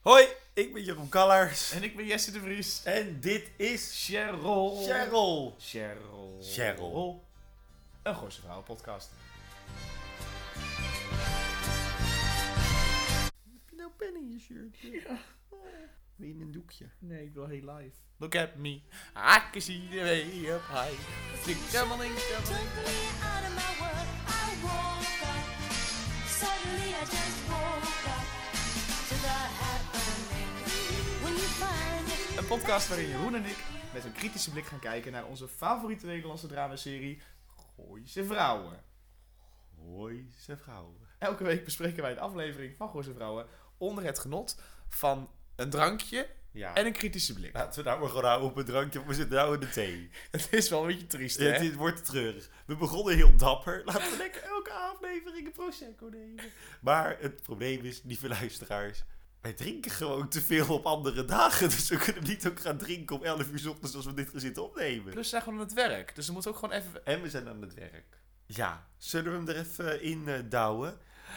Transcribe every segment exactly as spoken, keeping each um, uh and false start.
Hoi, ik ben Jeroen Kallers. En ik ben Jesse de Vries. En dit is Cheryl. Cheryl. Cheryl. Cheryl. Een Gooise Vrouwen podcast. Heb je nou pen in je shirt? Ja. Oh, wil je een doekje? Nee, ik wil heel live. Look at me. I can see the way up high. Stick jumbling, jumbling. Een podcast waarin Jeroen en ik met een kritische blik gaan kijken naar onze favoriete Nederlandse dramaserie Gooise Vrouwen. Gooise Vrouwen. Elke week bespreken wij een aflevering van Gooise Vrouwen onder het genot van een drankje Ja. en een kritische blik. Laten we nou maar gewoon houden op een drankje, of we zitten nou in de thee. Het is wel een beetje triest, hè? Het, het wordt treurig. We begonnen heel dapper. Laten we lekker elke aflevering een Prosecco nemen. Maar het probleem is, lieve luisteraars, wij drinken gewoon te veel op andere dagen. Dus we kunnen niet ook gaan drinken om elf uur 's ochtends als we dit gaan zitten opnemen. Plus we zijn gewoon aan het werk, dus we moeten ook gewoon even... En we zijn aan het werk. Ja, zullen we hem er even in uh, douwen?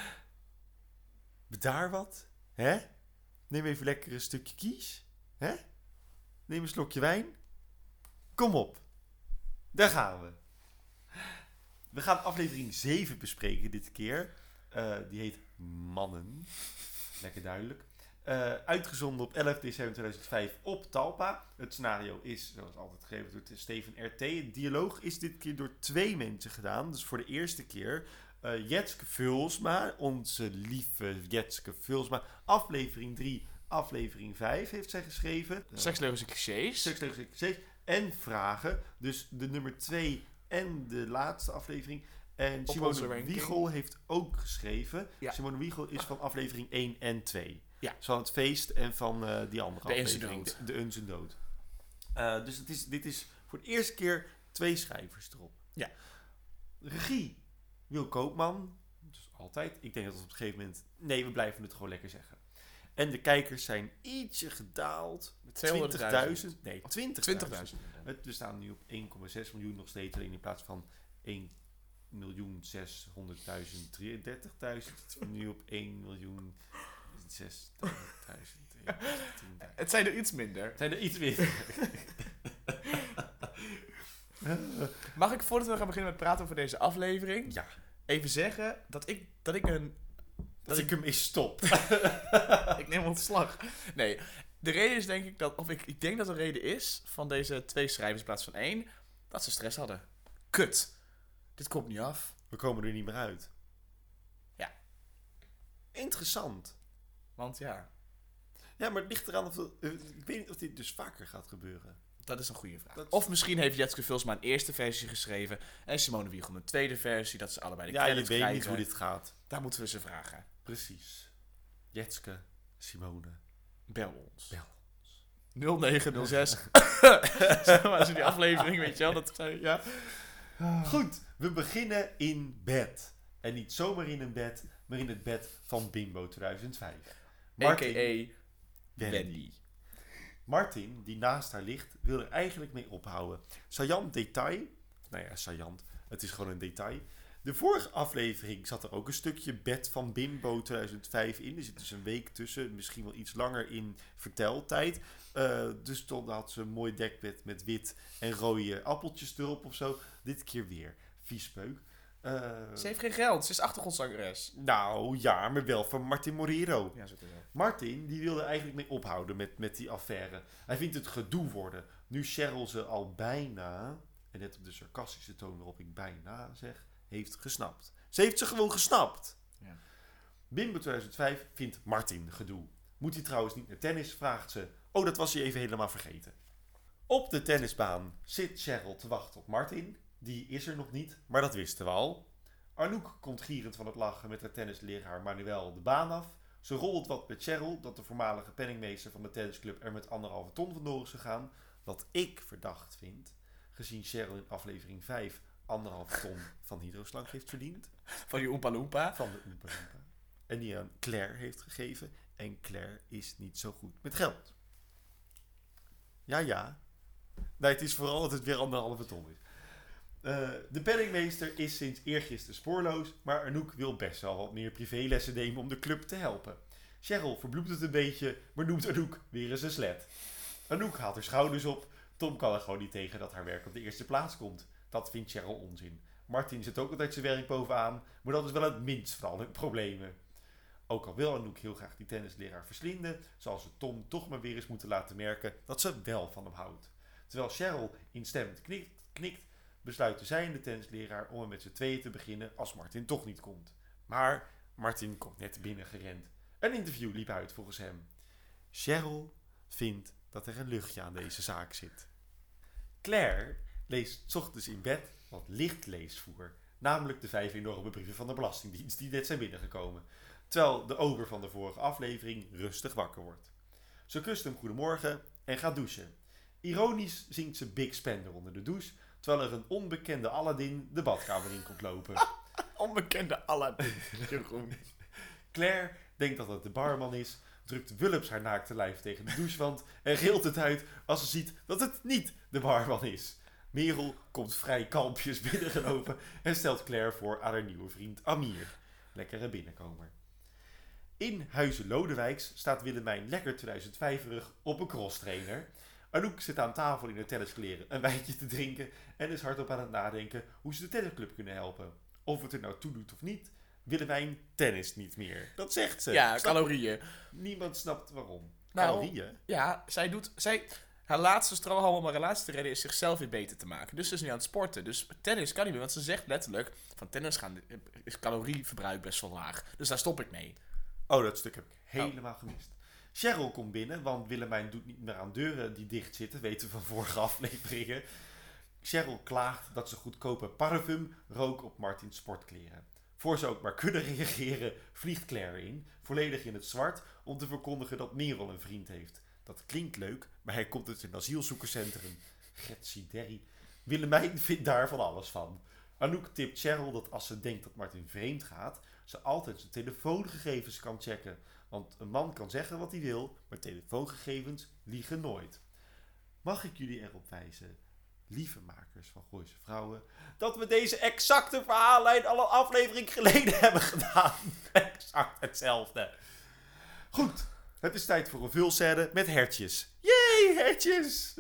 Bedaar wat. Hè? Neem even lekker een stukje kies. Hè? Neem een slokje wijn. Kom op. Daar gaan we. We gaan aflevering zeven bespreken dit keer. Uh, die heet Mannen. Lekker duidelijk. Uh, uitgezonden op elf december tweeduizend vijf op Talpa. Het scenario is, zoals altijd gegeven door Steven R T. Het dialoog is dit keer door twee mensen gedaan. Dus voor de eerste keer uh, Jetske Vulsma, onze lieve Jetske Vulsma. Aflevering drie, aflevering vijf heeft zij geschreven. Uh, Seksleugens en clichés. Seksleugens en clichés. En vragen. Dus de nummer twee en de laatste aflevering. En Op Simone Wiegel heeft ook geschreven. Ja. Simone Wiegel is van aflevering één en twee. Ja. Dus van het feest en van uh, die andere de aflevering. Dood. De, de Uns en Dood. Uh, dus het is, dit is voor de eerste keer twee schrijvers erop. Ja. Regie. Wil Koopman. Dus altijd. Ik denk dat het op een gegeven moment... Nee, we blijven het gewoon lekker zeggen. En de kijkers zijn ietsje gedaald. Met twintigduizend. Nee, twintigduizend. We staan nu op één komma zes miljoen nog steeds. Alleen in plaats van één miljoen zeshonderdduizend drieëndertigduizend. Nu op één miljoen zeshonderdduizend. Het zijn er iets minder. Het zijn er iets minder. Mag ik voordat we gaan beginnen met praten over deze aflevering... Ja. Even zeggen dat ik, dat ik een... Dat, dat ik hem eens stop. Ik neem ontslag. Nee, de reden is denk ik dat... Of ik, ik denk dat de reden is van deze twee schrijvers in plaats van één... Dat ze stress hadden. Kut. Dit komt niet af. We komen er niet meer uit. Ja. Interessant. Want ja... Ja, maar het ligt eraan of... Uh, ik weet niet of dit dus vaker gaat gebeuren. Dat is een goede vraag. Dat... Of misschien heeft Jetske Vulsma een eerste versie geschreven... en Simone Wiegel een tweede versie... dat ze allebei de ja, credits krijgen. Ja, je weet krijgen. niet hoe dit gaat. Daar moeten we ze vragen. Precies. Jetske, Simone. Bel ons. Bel ons. nul negen nul zes Zeg maar, als je die aflevering, weet je wel. Dat, ja. Goed, we beginnen in bed. En niet zomaar in een bed, maar in het bed van Bimbo tweeduizend vijf. A K A Wendy. Wendy. Martin, die naast haar ligt, wil er eigenlijk mee ophouden. Saillant detail. Nou ja, saillant. Het is gewoon een detail. De vorige aflevering zat er ook een stukje bed van Bimbo tweeduizend vijf in. Er zit dus een week tussen. Misschien wel iets langer in verteltijd. Uh, dus toen had ze een mooi dekbed met wit en rode appeltjes erop of zo. Dit keer weer. Viespeuk. Uh, ze heeft geen geld. Ze is achtergrondzangeres. Nou ja, maar wel van Martin Morero. Ja, zo te wel. Martin, die wilde eigenlijk mee ophouden met, met die affaire. Hij vindt het gedoe worden. Nu Cheryl ze al bijna, en net op de sarcastische toon waarop ik bijna zeg, heeft gesnapt. Ze heeft ze gewoon gesnapt. Ja. Bimbo tweeduizend vijf vindt Martin gedoe. Moet hij trouwens niet naar tennis, vraagt ze. Oh, dat was hij even helemaal vergeten. Op de tennisbaan zit Cheryl te wachten op Martin. Die is er nog niet, maar dat wisten we al. Arnoek komt gierend van het lachen met haar tennisleraar Manuel de baan af. Ze rolt wat met Cheryl, dat de voormalige penningmeester van de tennisclub er met anderhalve ton vandoor is gegaan. Wat ik verdacht vind, gezien Cheryl in aflevering vijf anderhalve ton van hydroslank heeft verdiend. Van die Oompa Loompa. Van de Oompa Loompa. En die aan Claire heeft gegeven. En Claire is niet zo goed met geld. Ja, ja. Nee, het is vooral dat het weer anderhalve ton is. Uh, de penningmeester is sinds eergisteren spoorloos, maar Arnoek wil best wel wat meer privélessen nemen om de club te helpen. Cheryl verbloemt het een beetje, maar noemt Anouk weer eens een slet. Anouk haalt haar schouders op. Tom kan er gewoon niet tegen dat haar werk op de eerste plaats komt. Dat vindt Cheryl onzin. Martin zet ook altijd zijn werk bovenaan, maar dat is wel het minst van alle problemen. Ook al wil Anouk heel graag die tennisleraar verslinden, zal ze Tom toch maar weer eens moeten laten merken dat ze wel van hem houdt. Terwijl Cheryl instemmend knikt, knikt besluiten zij en de tennisleraar om er met z'n tweeën te beginnen als Martin toch niet komt. Maar Martin komt net binnen gerend. Een interview liep uit volgens hem. Cheryl vindt dat er een luchtje aan deze zaak zit. Claire leest 's ochtends in bed wat licht leesvoer. Namelijk de vijf enorme brieven van de Belastingdienst die net zijn binnengekomen. Terwijl de ober van de vorige aflevering rustig wakker wordt. Ze kust hem goedemorgen en gaat douchen. Ironisch zingt ze Big Spender onder de douche, terwijl er een onbekende Aladdin de badkamer in komt lopen. Onbekende Aladdin, Jeroen. Claire denkt dat het de barman is, drukt Wulps haar naakte lijf tegen de douchewand en gilt het uit als ze ziet dat het niet de barman is. Merel komt vrij kalmpjes binnengelopen en stelt Claire voor aan haar nieuwe vriend Amir. Lekkere binnenkomer. In Huizen Lodewijks staat Willemijn lekker tweeduizend vijf-erig op een crosstrainer. Anouk zit aan tafel in haar tenniskleren een wijntje te drinken en is hardop aan het nadenken hoe ze de tennisclub kunnen helpen. Of het er nou toe doet of niet, Willemijn tennist niet meer. Dat zegt ze. Ja, Snap- calorieën. Niemand snapt waarom. Nou, Calorieën? Ja, zij doet... Zij, haar laatste strohalm om haar relatie te redden is zichzelf weer beter te maken. Dus ze is nu aan het sporten. Dus tennis kan niet meer, want ze zegt letterlijk... Van tennis gaan, is calorieverbruik best wel laag. Dus daar stop ik mee. Oh, dat stuk heb ik helemaal gemist. Cheryl komt binnen, want Willemijn doet niet meer aan deuren die dicht zitten, weten we van vorige afleveringen. Cheryl klaagt dat ze goedkope parfum rook op Martins sportkleren. Voor ze ook maar kunnen reageren, vliegt Claire in, volledig in het zwart, om te verkondigen dat Merel een vriend heeft. Dat klinkt leuk, maar hij komt uit een asielzoekerscentrum. Getsideri. Willemijn vindt daar van alles van. Anouk tipt Cheryl dat als ze denkt dat Martin vreemd gaat, ze altijd zijn telefoongegevens kan checken. Want een man kan zeggen wat hij wil, maar telefoongegevens liegen nooit. Mag ik jullie erop wijzen, lieve makers van Gooise Vrouwen, dat we deze exacte verhaallijn al een aflevering geleden hebben gedaan. Exact hetzelfde. Goed, het is tijd voor een vulscène met hertjes. Yay, hertjes!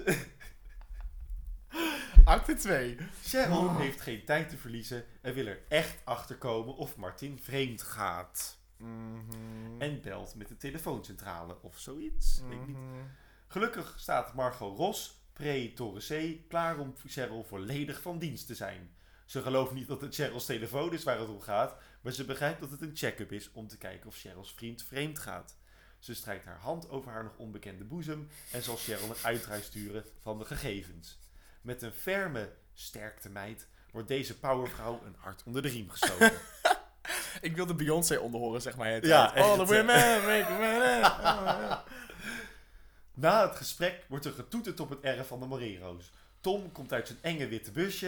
Acte twee. Cheryl heeft geen tijd te verliezen en wil er echt achter komen of Martin vreemd gaat. Mm-hmm. En belt met de telefooncentrale of zoiets. Weet ik niet. Mm-hmm. Gelukkig staat Margot Ros, pre-Torre C, klaar om Cheryl volledig van dienst te zijn. Ze gelooft niet dat het Cheryls telefoon is waar het om gaat, maar ze begrijpt dat het een check-up is om te kijken of Cheryls vriend vreemd gaat. Ze strijkt haar hand over haar nog onbekende boezem en zal Cheryl een uitdraai sturen van de gegevens. Met een ferme, sterkte meid wordt deze powervrouw een hart onder de riem gestoken. Ik wilde Beyoncé onderhoren, zeg maar. Het Ja, echt. All the women make a man. Na het gesprek wordt er getoeterd op het erf van de Morero's. Tom komt uit zijn enge witte busje.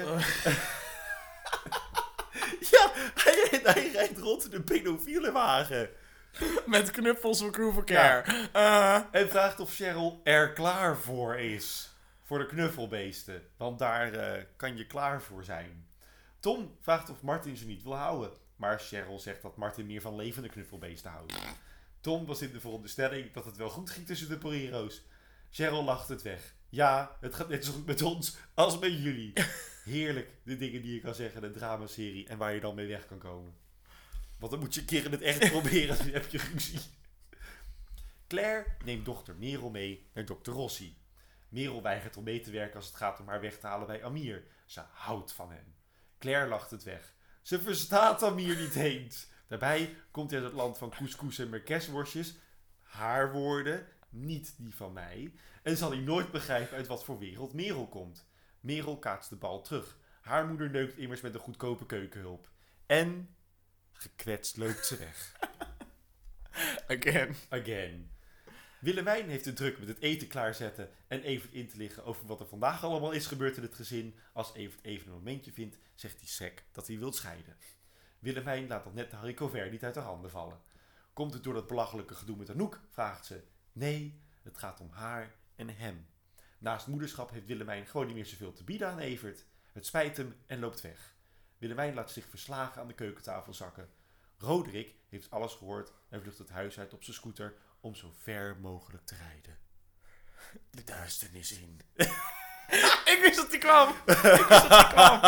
Ja, hij, hij rijdt rond in een pedofiele wagen. Met knuffels voor Crew for Care. Uh, En vraagt of Cheryl er klaar voor is. Voor de knuffelbeesten. Want daar uh, kan je klaar voor zijn. Tom vraagt of Martin ze niet wil houden. Maar Cheryl zegt dat Martin meer van levende knuffelbeesten houdt. Tom was in de veronderstelling dat het wel goed ging tussen de Porero's. Cheryl lacht het weg. Ja, het gaat net zo goed met ons als met jullie. Heerlijk, de dingen die je kan zeggen in een dramaserie en waar je dan mee weg kan komen. Want dan moet je een keer in het echt proberen, dan heb je ruzie. Claire neemt dochter Merel mee naar dokter Rossi. Merel weigert om mee te werken als het gaat om haar weg te halen bij Amir. Ze houdt van hem. Claire lacht het weg. Ze verstaat Amir niet eens. Daarbij komt hij uit het land van couscous en merkesworstjes. Haar woorden, niet die van mij. En zal hij nooit begrijpen uit wat voor wereld Merel komt. Merel kaatst de bal terug. Haar moeder neukt immers met een goedkope keukenhulp. En gekwetst loopt ze weg. Again. Again. Willemijn heeft het druk met het eten klaarzetten en Evert in te liggen over wat er vandaag allemaal is gebeurd in het gezin. Als Evert even een momentje vindt, zegt hij sec dat hij wil scheiden. Willemijn laat dat net de haricot vert niet uit haar handen vallen. Komt het door dat belachelijke gedoe met Anouk, vraagt ze. Nee, het gaat om haar en hem. Naast moederschap heeft Willemijn gewoon niet meer zoveel te bieden aan Evert. Het spijt hem en loopt weg. Willemijn laat zich verslagen aan de keukentafel zakken. Roderick heeft alles gehoord en vlucht het huis uit op zijn scooter om zo ver mogelijk te rijden. De duisternis in. Ik wist dat die kwam! Ik wist dat die kwam!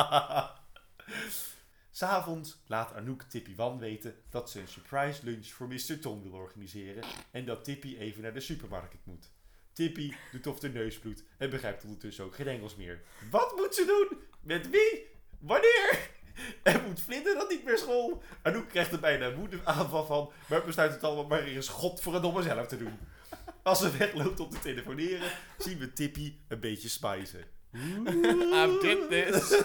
'S'avonds laat Anouk Tippy Wan weten dat ze een surprise lunch voor mister Tom wil organiseren en dat Tippy even naar de supermarkt moet. Tippy doet of de neus bloedt en begrijpt ondertussen ook geen Engels meer. Wat moet ze doen? Met wie? Wanneer? En moet Vlinder dan niet meer school? Anouk krijgt er bijna een woedeaanval van, maar besluit het allemaal maar eens godverdomme zelf te doen. Als ze wegloopt om te telefoneren, zien we Tippy een beetje spijzen. I did this.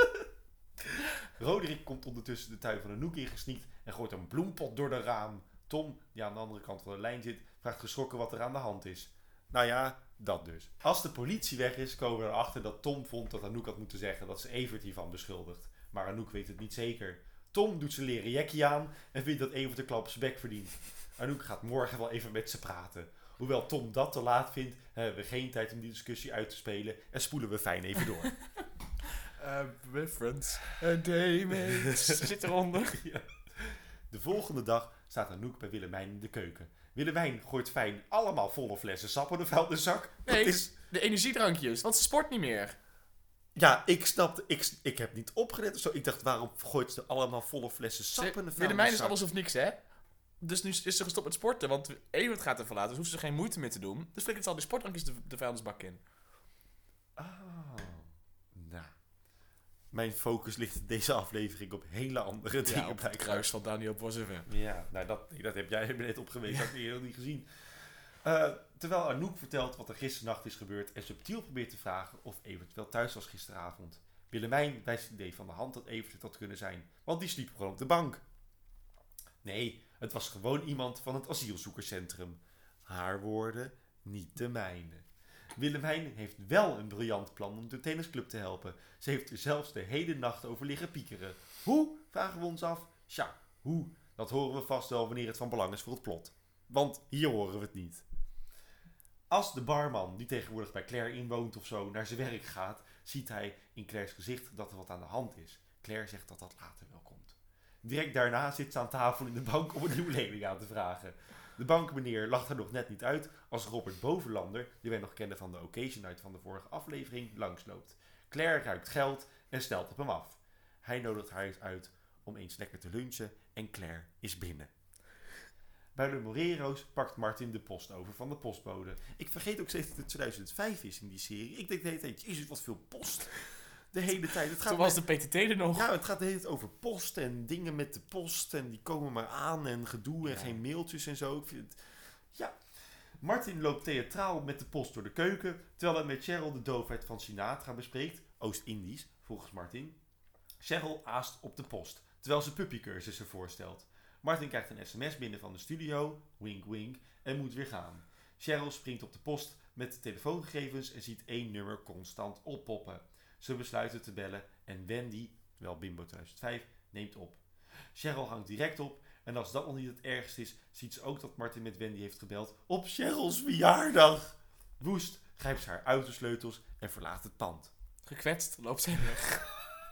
Roderick komt ondertussen de tuin van Anouk ingesneakt en gooit een bloempot door de raam. Tom, die aan de andere kant van de lijn zit, vraagt geschrokken wat er aan de hand is. Nou ja, dat dus. Als de politie weg is, komen we erachter dat Tom vond dat Anouk had moeten zeggen dat ze Evert hiervan beschuldigt. Maar Anouk weet het niet zeker. Tom doet zijn leren jackie aan en vindt dat Evert een klap op zijn bek verdient. Anouk gaat morgen wel even met ze praten. Hoewel Tom dat te laat vindt, hebben we geen tijd om die discussie uit te spelen en spoelen we fijn even door. Uh, reference. A day mates. Zit eronder. Ja. De volgende dag staat Anouk bij Willemijn in de keuken. Willemijn gooit fijn allemaal volle flessen sap in de vuilniszak. Nee, Dat is... de energiedrankjes, want ze sport niet meer. Ja, ik snapte, ik, ik heb niet opgelet of zo. Ik dacht, waarom gooit ze allemaal volle flessen sap in de vuilniszak? Willemijn is alles of niks, hè? Dus nu is ze gestopt met sporten, want Evert gaat er verlaten, dus hoeft ze geen moeite meer te doen. Dus flikkert ze al die sportdrankjes de, de vuilnisbak in. Oh, nou. Mijn focus ligt in deze aflevering op hele andere dingen. Ja, op het kruis van Daniel Boissevé. Ja, nou dat, dat heb jij me net opgewezen, dat heb ik nog niet gezien. Uh, terwijl Anouk vertelt wat er gisternacht is gebeurd en subtiel probeert te vragen of Evert wel thuis was gisteravond. Willemijn wijst het idee van de hand dat Evert het had kunnen zijn, want die sliep gewoon op de bank. Nee, het was gewoon iemand van het asielzoekerscentrum. Haar woorden, niet de mijne. Willemijn heeft wel een briljant plan om de tennisclub te helpen. Ze heeft er zelfs de hele nacht over liggen piekeren. Hoe? Vragen we ons af. Tja, hoe? Dat horen we vast wel wanneer het van belang is voor het plot. Want hier horen we het niet. Als de barman, die tegenwoordig bij Claire inwoont of zo, naar zijn werk gaat, ziet hij in Claire's gezicht dat er wat aan de hand is. Claire zegt dat dat later wel komt. Direct daarna zit ze aan tafel in de bank om een nieuwe lening aan te vragen. De bankmeneer lacht er nog net niet uit als Robert Bovenlander, die wij nog kennen van de Occasion Night van de vorige aflevering, langsloopt. Claire ruikt geld en stelt op hem af. Hij nodigt haar eens uit om eens lekker te lunchen en Claire is binnen. Bij de Morero's pakt Martin de post over van de postbode. Ik vergeet ook steeds dat het tweeduizend vijf is in die serie. Ik denk de hele tijd, jezus, wat veel post. De hele tijd. Het gaat Toen was de P T T er nog. Ja, het gaat de hele tijd over post en dingen met de post. En die komen maar aan en gedoe en ja. Geen mailtjes en zo. Ik vind het... Ja. Martin loopt theatraal met de post door de keuken, terwijl hij met Cheryl de doofheid van Sinatra bespreekt. Oost-Indisch, volgens Martin. Cheryl aast op de post, terwijl ze puppycursussen voorstelt. Martin krijgt een sms binnen van de studio, wink wink, en moet weer gaan. Cheryl springt op de post met de telefoongegevens en ziet één nummer constant oppoppen. Ze besluiten te bellen en Wendy, wel Bimbo tweeduizend vijf, neemt op. Cheryl hangt direct op en als dat nog niet het ergste is, ziet ze ook dat Martin met Wendy heeft gebeld op Cheryl's verjaardag. Woest grijpt ze haar autosleutels en verlaat het pand. Gekwetst loopt zij weg.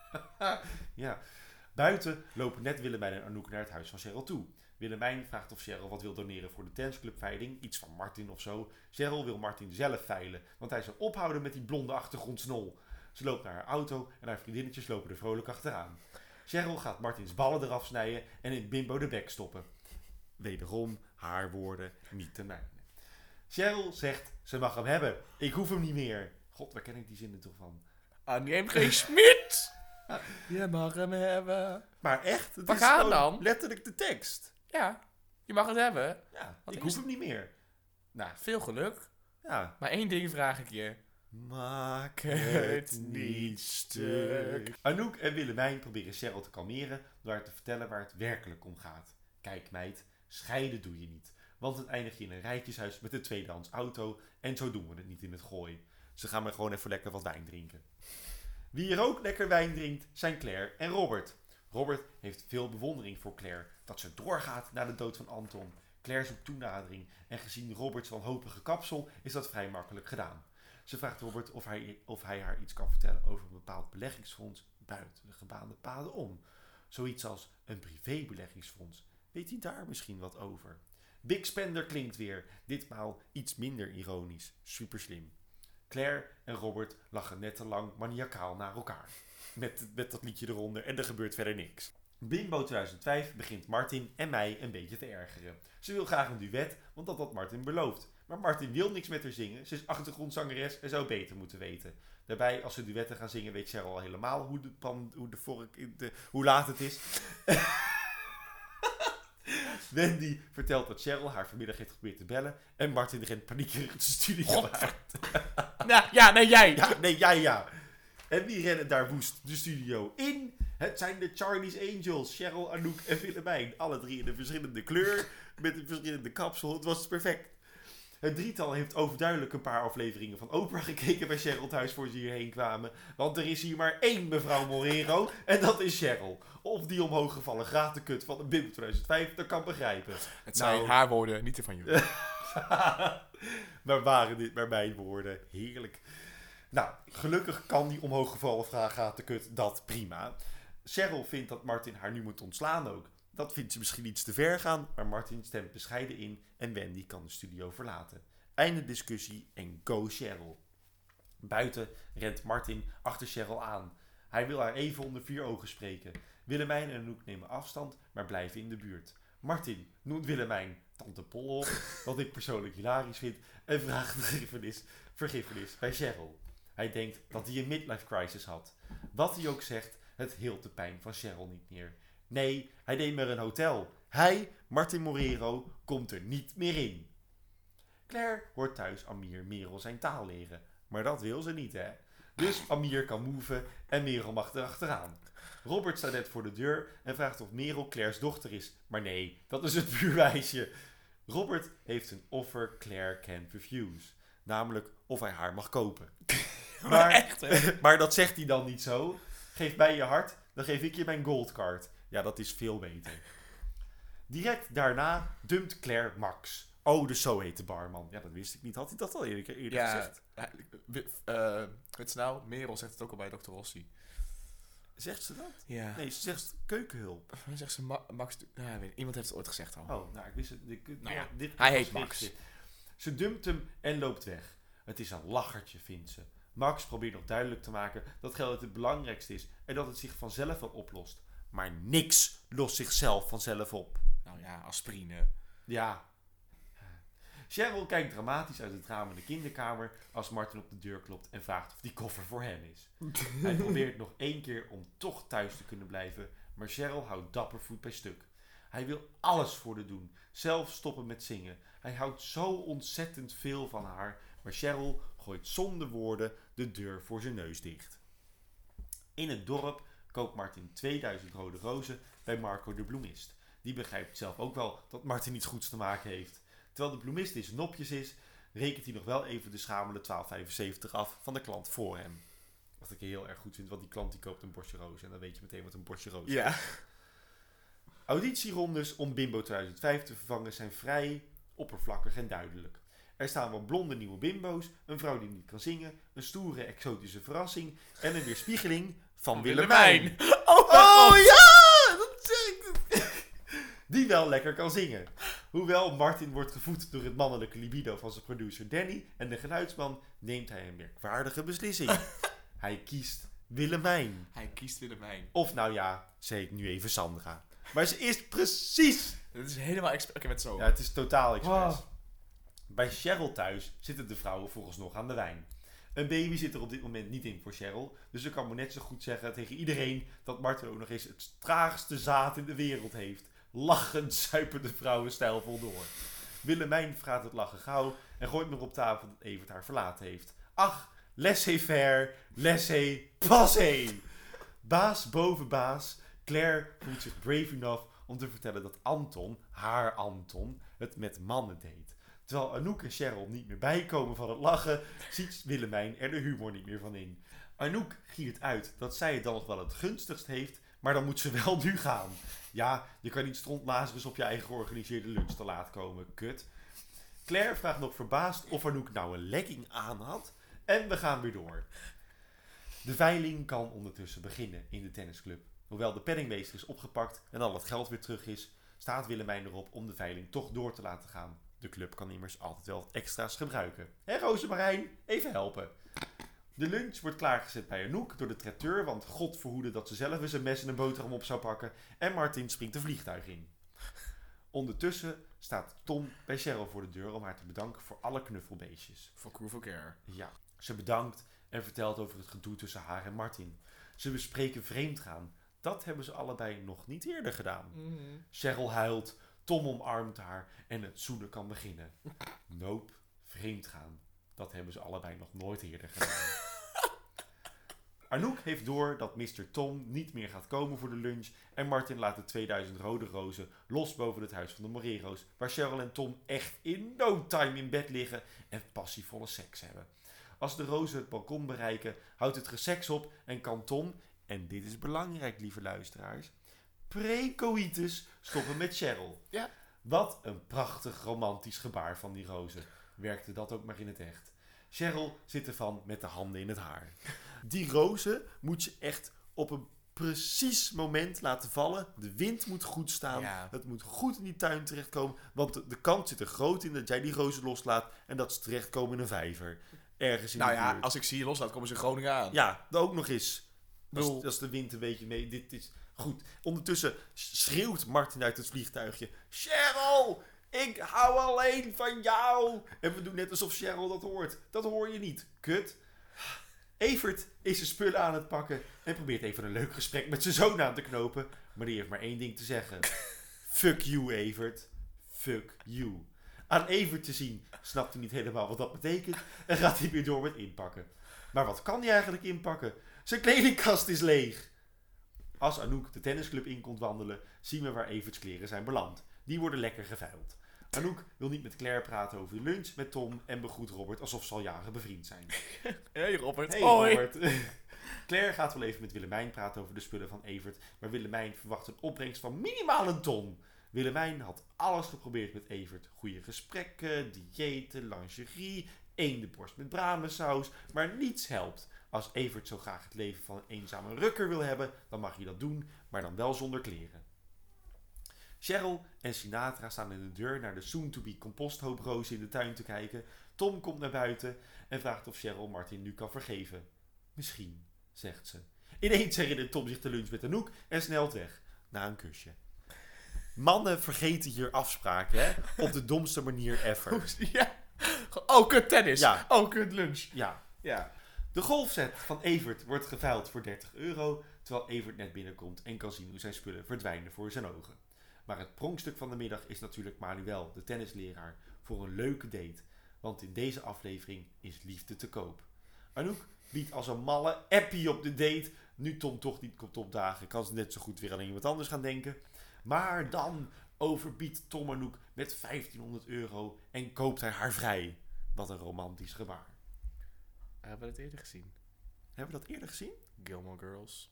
Ja. Buiten lopen net Willemijn en Anouk naar het huis van Cheryl toe. Willemijn vraagt of Cheryl wat wil doneren voor de tennisclubveiling, iets van Martin of zo. Cheryl wil Martin zelf veilen, want hij zal ophouden met die blonde achtergrondsnol. Ze loopt naar haar auto en haar vriendinnetjes lopen er vrolijk achteraan. Cheryl gaat Martins ballen eraf snijden en in Bimbo de bek stoppen. Wederom haar woorden, niet de mijne. Cheryl zegt, ze mag hem hebben. Ik hoef hem niet meer. God, waar ken ik die zinnen toch van? Aanneem geen Schmid! Je mag hem hebben. Maar echt, het Waar is gaan gewoon dan? letterlijk de tekst. Ja, je mag het hebben. Ja, Wat ik is hoef hem niet meer. Nou, veel geluk. Ja. Maar één ding vraag ik je. Maak het niet stuk. Anouk en Willemijn proberen Cheryl te kalmeren door haar te vertellen waar het werkelijk om gaat. Kijk meid, scheiden doe je niet. Want dan eindig je in een rijtjeshuis met een tweedehands auto en zo doen we het niet in het gooi. Ze gaan maar gewoon even lekker wat wijn drinken. Wie er ook lekker wijn drinkt zijn Claire en Robert. Robert heeft veel bewondering voor Claire, dat ze doorgaat na de dood van Anton. Claire zoekt toenadering en gezien Roberts wanhopige kapsel is dat vrij makkelijk gedaan. Ze vraagt Robert of hij, of hij haar iets kan vertellen over een bepaald beleggingsfonds buiten de gebaande paden om. Zoiets als een privébeleggingsfonds. Weet hij daar misschien wat over? Big Spender klinkt weer, ditmaal iets minder ironisch. Super slim. Claire en Robert lachen net te lang maniacaal naar elkaar. Met, met dat liedje eronder en er gebeurt verder niks. Bimbo tweeduizend vijf begint Martin en mij een beetje te ergeren. Ze wil graag een duet, want dat had Martin beloofd. Maar Martin wil niks met haar zingen. Ze is achtergrondzangeres en zou beter moeten weten. Daarbij, als ze duetten gaan zingen, weet Cheryl al helemaal hoe de, pan, hoe de vork, de, hoe laat het is. Wendy vertelt dat Cheryl haar vanmiddag heeft geprobeerd te bellen. En Martin rent paniekerig de studio uit. Ja, ja, nee, jij. Ja, nee, jij, ja. En wie rennen daar woest de studio in? Het zijn de Charlie's Angels, Cheryl, Anouk en Willemijn. Alle drie in een verschillende kleur, met een verschillende kapsel. Het was perfect. Het drietal heeft overduidelijk een paar afleveringen van Oprah gekeken bij Cheryl thuis voor ze hierheen kwamen. Want er is hier maar één mevrouw Morero en dat is Cheryl. Of die omhooggevallen gratenkut van de Bimbo tweeduizend vijf, dat kan begrijpen. Het zijn nou, haar woorden, niet de van jullie. Maar waren dit maar mijn woorden. Heerlijk. Nou, gelukkig kan die omhooggevallen gratenkut dat prima. Cheryl vindt dat Martin haar nu moet ontslaan ook. Dat vindt ze misschien iets te ver gaan, maar Martin stemt bescheiden in en Wendy kan de studio verlaten. Einde discussie en go Cheryl. Buiten rent Martin achter Cheryl aan. Hij wil haar even onder vier ogen spreken. Willemijn en Anouk nemen afstand, maar blijven in de buurt. Martin noemt Willemijn tante Polle op, wat ik persoonlijk hilarisch vind, en vraagt vergiffenis, vergiffenis bij Cheryl. Hij denkt dat hij een midlife crisis had. Wat hij ook zegt, het heelt de pijn van Cheryl niet meer. Nee, hij neemt maar een hotel. Hij, Martin Morero, komt er niet meer in. Claire hoort thuis Amir Merel zijn taal leren. Maar dat wil ze niet, hè. Dus Amir kan moven en Merel mag erachteraan. Robert staat net voor de deur en vraagt of Merel Claire's dochter is. Maar nee, dat is het buurwijsje. Robert heeft een offer Claire can't refuse. Namelijk of hij haar mag kopen. Maar, echt, hè? Maar dat zegt hij dan niet zo. Geef mij je hart, dan geef ik je mijn goldcard. Ja, dat is veel beter. Direct daarna dumpt Claire Max. Oh, dus zo heet de barman. Ja, dat wist ik niet. Had hij dat al eerder, eerder ja, gezegd? Uh, weet je nou, Merel zegt het ook al bij dokter Rossi. Zegt ze dat? Ja. Nee, ze zegt keukenhulp. Dan zegt ze Ma- Max... Ja, weet, iemand heeft het ooit gezegd al. Oh, nou, ik wist het. Ik, nou ja, dit hij heet Max. Dit. Ze dumpt hem en loopt weg. Het is een lachertje, vindt ze. Max probeert nog duidelijk te maken dat geld het belangrijkste is en dat het zich vanzelf wel oplost. Maar niks lost zichzelf vanzelf op. Nou ja, aspirine. Ja. Cheryl kijkt dramatisch uit het raam in de kinderkamer als Martin op de deur klopt en vraagt of die koffer voor hem is. Hij probeert nog één keer om toch thuis te kunnen blijven, maar Cheryl houdt dapper voet bij stuk. Hij wil alles voor haar doen, zelf stoppen met zingen. Hij houdt zo ontzettend veel van haar, maar Cheryl gooit zonder woorden de deur voor zijn neus dicht. In het dorp koopt Martin tweeduizend rode rozen bij Marco de bloemist. Die begrijpt zelf ook wel dat Martin iets goeds te maken heeft. Terwijl de bloemist is nopjes is, rekent hij nog wel even de schamele twaalf vijfenzeventig af van de klant voor hem. Wat ik heel erg goed vind, want die klant die koopt een bosje rozen en dan weet je meteen wat een bosje rozen is. Ja. Auditierondes om Bimbo tweeduizend vijf te vervangen zijn vrij oppervlakkig en duidelijk. Er staan wat blonde nieuwe bimbo's, een vrouw die niet kan zingen, een stoere exotische verrassing en een weerspiegeling van Willemijn. Oh, oh ja! Dat zeg ik. Die wel lekker kan zingen. Hoewel Martin wordt gevoed door het mannelijke libido van zijn producer Danny en de geluidsman, neemt hij een merkwaardige beslissing. Hij kiest Willemijn. Hij kiest Willemijn. Of nou ja, ze heet nu even Sandra. Maar ze is precies... Het is helemaal expres. Oké, met zo. Ja, het is totaal expres. Wow. Bij Cheryl thuis zitten de vrouwen volgens nog aan de wijn. Een baby zit er op dit moment niet in voor Cheryl. Dus ze kan maar net zo goed zeggen tegen iedereen dat Martin ook nog eens het traagste zaad in de wereld heeft. Lachend zuipen de vrouwen stijlvol door. Willemijn vraagt het lachen gauw en gooit nog op tafel dat Evert haar verlaten heeft. Ach, laissez-faire, laissez-passer. Baas boven baas. Claire voelt zich brave enough om te vertellen dat Anton, haar Anton, het met mannen deed. Terwijl Anouk en Cheryl niet meer bijkomen van het lachen, ziet Willemijn er de humor niet meer van in. Anouk giert uit dat zij het dan nog wel het gunstigst heeft, maar dan moet ze wel nu gaan. Ja, je kan niet stront Lazarus op je eigen georganiseerde lunch te laat komen, kut. Claire vraagt nog verbaasd of Anouk nou een legging aan had en we gaan weer door. De veiling kan ondertussen beginnen in de tennisclub. Hoewel de penningmeester is opgepakt en al het geld weer terug is, staat Willemijn erop om de veiling toch door te laten gaan. De club kan immers altijd wel wat extra's gebruiken. Hé Rozemarijn, even helpen. De lunch wordt klaargezet bij Anouk door de traiteur, want God verhoede dat ze zelf eens een mes en een boterham op zou pakken. En Martin springt een vliegtuig in. Ondertussen staat Tom bij Cheryl voor de deur om haar te bedanken voor alle knuffelbeestjes. For crew for care. Ja, ze bedankt en vertelt over het gedoe tussen haar en Martin. Ze bespreken vreemdgaan. Dat hebben ze allebei nog niet eerder gedaan. Mm-hmm. Cheryl huilt, Tom omarmt haar en het zoenen kan beginnen. Nope, vreemdgaan. Dat hebben ze allebei nog nooit eerder gedaan. Anouk heeft door dat mister Tom niet meer gaat komen voor de lunch en Martin laat de tweeduizend rode rozen los boven het huis van de Morero's, waar Cheryl en Tom echt in no time in bed liggen en passievolle seks hebben. Als de rozen het balkon bereiken, houdt het geseks op en kan Tom, en dit is belangrijk lieve luisteraars, pre-coitus stoppen met Cheryl. Ja. Wat een prachtig romantisch gebaar van die rozen. Werkte dat ook maar in het echt. Cheryl zit ervan met de handen in het haar. Die rozen moet je echt op een precies moment laten vallen. De wind moet goed staan. Ja. Het moet goed in die tuin terechtkomen. Want de, de kans zit er groot in dat jij die rozen loslaat en dat ze terechtkomen in een vijver. Ergens in Nou de ja, buurt. als ik zie je loslaat, komen ze in Groningen aan. Ja, dat ook nog eens. Als, Bedoel- als de wind een beetje mee... Dit is goed. Ondertussen schreeuwt Martin uit het vliegtuigje. Cheryl, ik hou alleen van jou. En we doen net alsof Cheryl dat hoort. Dat hoor je niet. Kut. Evert is zijn spullen aan het pakken en probeert even een leuk gesprek met zijn zoon aan te knopen. Maar die heeft maar één ding te zeggen. Fuck you, Evert. Fuck you. Aan Evert te zien snapt hij niet helemaal wat dat betekent en gaat hij weer door met inpakken. Maar wat kan hij eigenlijk inpakken? Zijn kledingkast is leeg. Als Anouk de tennisclub in komt wandelen, zien we waar Everts kleren zijn beland. Die worden lekker geveild. Anouk wil niet met Claire praten over de lunch met Tom en begroet Robert alsof ze al jaren bevriend zijn. Hey Robert. Hey Hoi. Robert. Claire gaat wel even met Willemijn praten over de spullen van Evert, maar Willemijn verwacht een opbrengst van minimaal een ton. Willemijn had alles geprobeerd met Evert. Goede gesprekken, diëten, lingerie, eendenborst met bramensaus, maar niets helpt. Als Evert zo graag het leven van een eenzame rukker wil hebben, dan mag je dat doen, maar dan wel zonder kleren. Cheryl en Sinatra staan in de deur naar de soon-to-be composthooprozen in de tuin te kijken. Tom komt naar buiten en vraagt of Cheryl Martin nu kan vergeven. Misschien, zegt ze. Ineens herinnert Tom zich de lunch met Anouk en snelt weg, na een kusje. Mannen vergeten hier afspraken, hè? Op de domste manier ever. Ja. Oh, kut tennis. Ja. Oh, kut lunch. Ja. Ja. De golfset van Evert wordt geveild voor dertig euro, terwijl Evert net binnenkomt en kan zien hoe zijn spullen verdwijnen voor zijn ogen. Maar het pronkstuk van de middag is natuurlijk Manuel, de tennisleraar, voor een leuke date. Want in deze aflevering is liefde te koop. Anouk biedt als een malle appie op de date. Nu Tom toch niet komt opdagen, kan ze net zo goed weer aan iemand anders gaan denken. Maar dan overbiedt Tom Anouk met vijftienhonderd euro en koopt hij haar vrij. Wat een romantisch gebaar. Hebben we het eerder gezien? Hebben we dat eerder gezien? Gilmore Girls.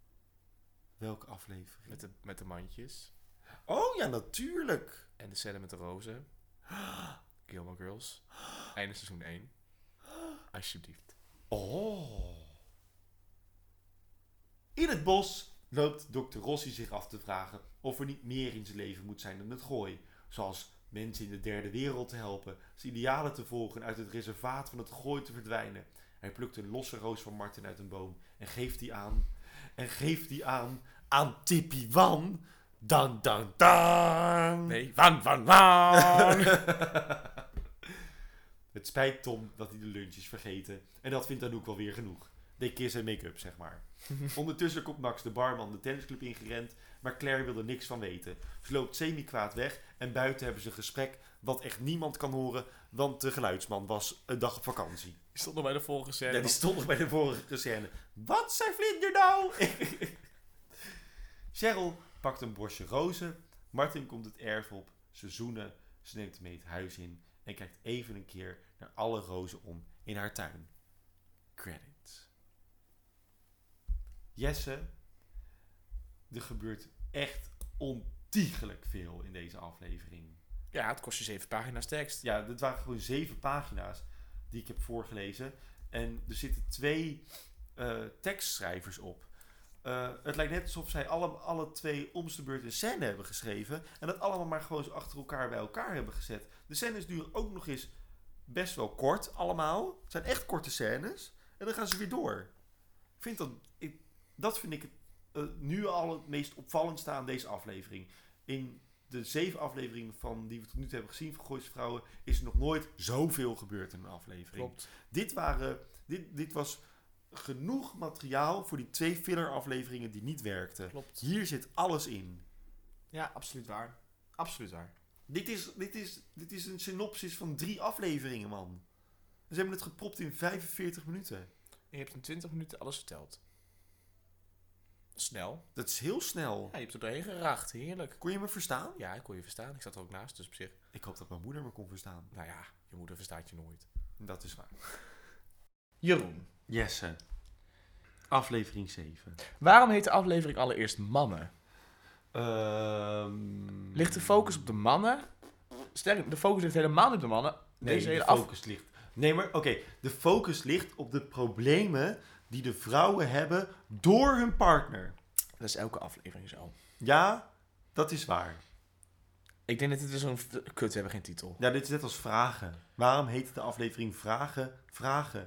Welke aflevering? Met de, met de mandjes. Oh ja, natuurlijk. En de scène met de rozen. Gilmore Girls. Einde seizoen één. Alsjeblieft. Oh. In het bos loopt dokter Rossi zich af te vragen of er niet meer in zijn leven moet zijn dan het gooi. Zoals mensen in de derde wereld te helpen, zijn idealen te volgen en uit het reservaat van het gooi te verdwijnen. Hij plukt een losse roos van Martin uit een boom en geeft die aan. En geeft die aan aan Tippy Wan. Dan, dan, dan. Nee, wan, wan, wan. Het spijt Tom dat hij de lunch is vergeten. En dat vindt Anouk wel weer genoeg. De kiss en make-up, zeg maar. Ondertussen komt Max de barman de tennisclub ingerend. Maar Claire wil er niks van weten. Ze loopt semi-kwaad weg. En buiten hebben ze een gesprek wat echt niemand kan horen. Want de geluidsman was een dag op vakantie. Die stond nog bij de vorige scène. Ja, die stond nog bij de vorige scène. Wat zei Vlinder nou? Cheryl pakt een bosje rozen. Martin komt het erf op. Ze zoenen. Ze neemt hem mee het huis in. En kijkt even een keer naar alle rozen om in haar tuin. Credits. Jesse. Er gebeurt echt ontiegelijk veel in deze aflevering. Ja, het kost je zeven pagina's tekst. Ja, dit waren gewoon zeven pagina's die ik heb voorgelezen. En er zitten twee uh, tekstschrijvers op. Uh, het lijkt net alsof zij alle, alle twee om de beurt een scène hebben geschreven. En dat allemaal maar gewoon zo achter elkaar bij elkaar hebben gezet. De scènes duren ook nog eens best wel kort allemaal. Het zijn echt korte scènes. En dan gaan ze weer door. Ik vind dat, ik, dat vind ik het, uh, nu al het meest opvallendste aan deze aflevering. In de zeven afleveringen van, die we tot nu toe hebben gezien van Gooise Vrouwen, is er nog nooit zoveel gebeurd in een aflevering. Klopt. Dit, waren, dit, dit was genoeg materiaal voor die twee filler afleveringen die niet werkten. Klopt. Hier zit alles in. Ja, absoluut waar. Absoluut waar. Dit is, dit is, dit is een synopsis van drie afleveringen, man. Ze hebben het gepropt in vijfenveertig minuten. En je hebt in twintig minuten alles verteld. Snel. Dat is heel snel. Ja, je hebt er doorheen geraakt. Heerlijk. Kon je me verstaan? Ja, ik kon je verstaan. Ik zat er ook naast, dus op zich. Ik hoop dat mijn moeder me kon verstaan. Nou ja, je moeder verstaat je nooit. Dat is waar. Jeroen. Jesse. Aflevering zeven. Waarom heet de aflevering allereerst Mannen? Um... Ligt de focus op de mannen? Sterk, de focus ligt helemaal niet op de mannen. Nee, Deze hele de af... focus ligt... Nee, maar oké. Okay. De focus ligt op de problemen die de vrouwen hebben door hun partner. Dat is elke aflevering zo. Ja, dat is waar. Ik denk dat dit is zo'n... Kut, we hebben geen titel. Ja, dit is net als vragen. Waarom heet de aflevering Vragen? Vragen.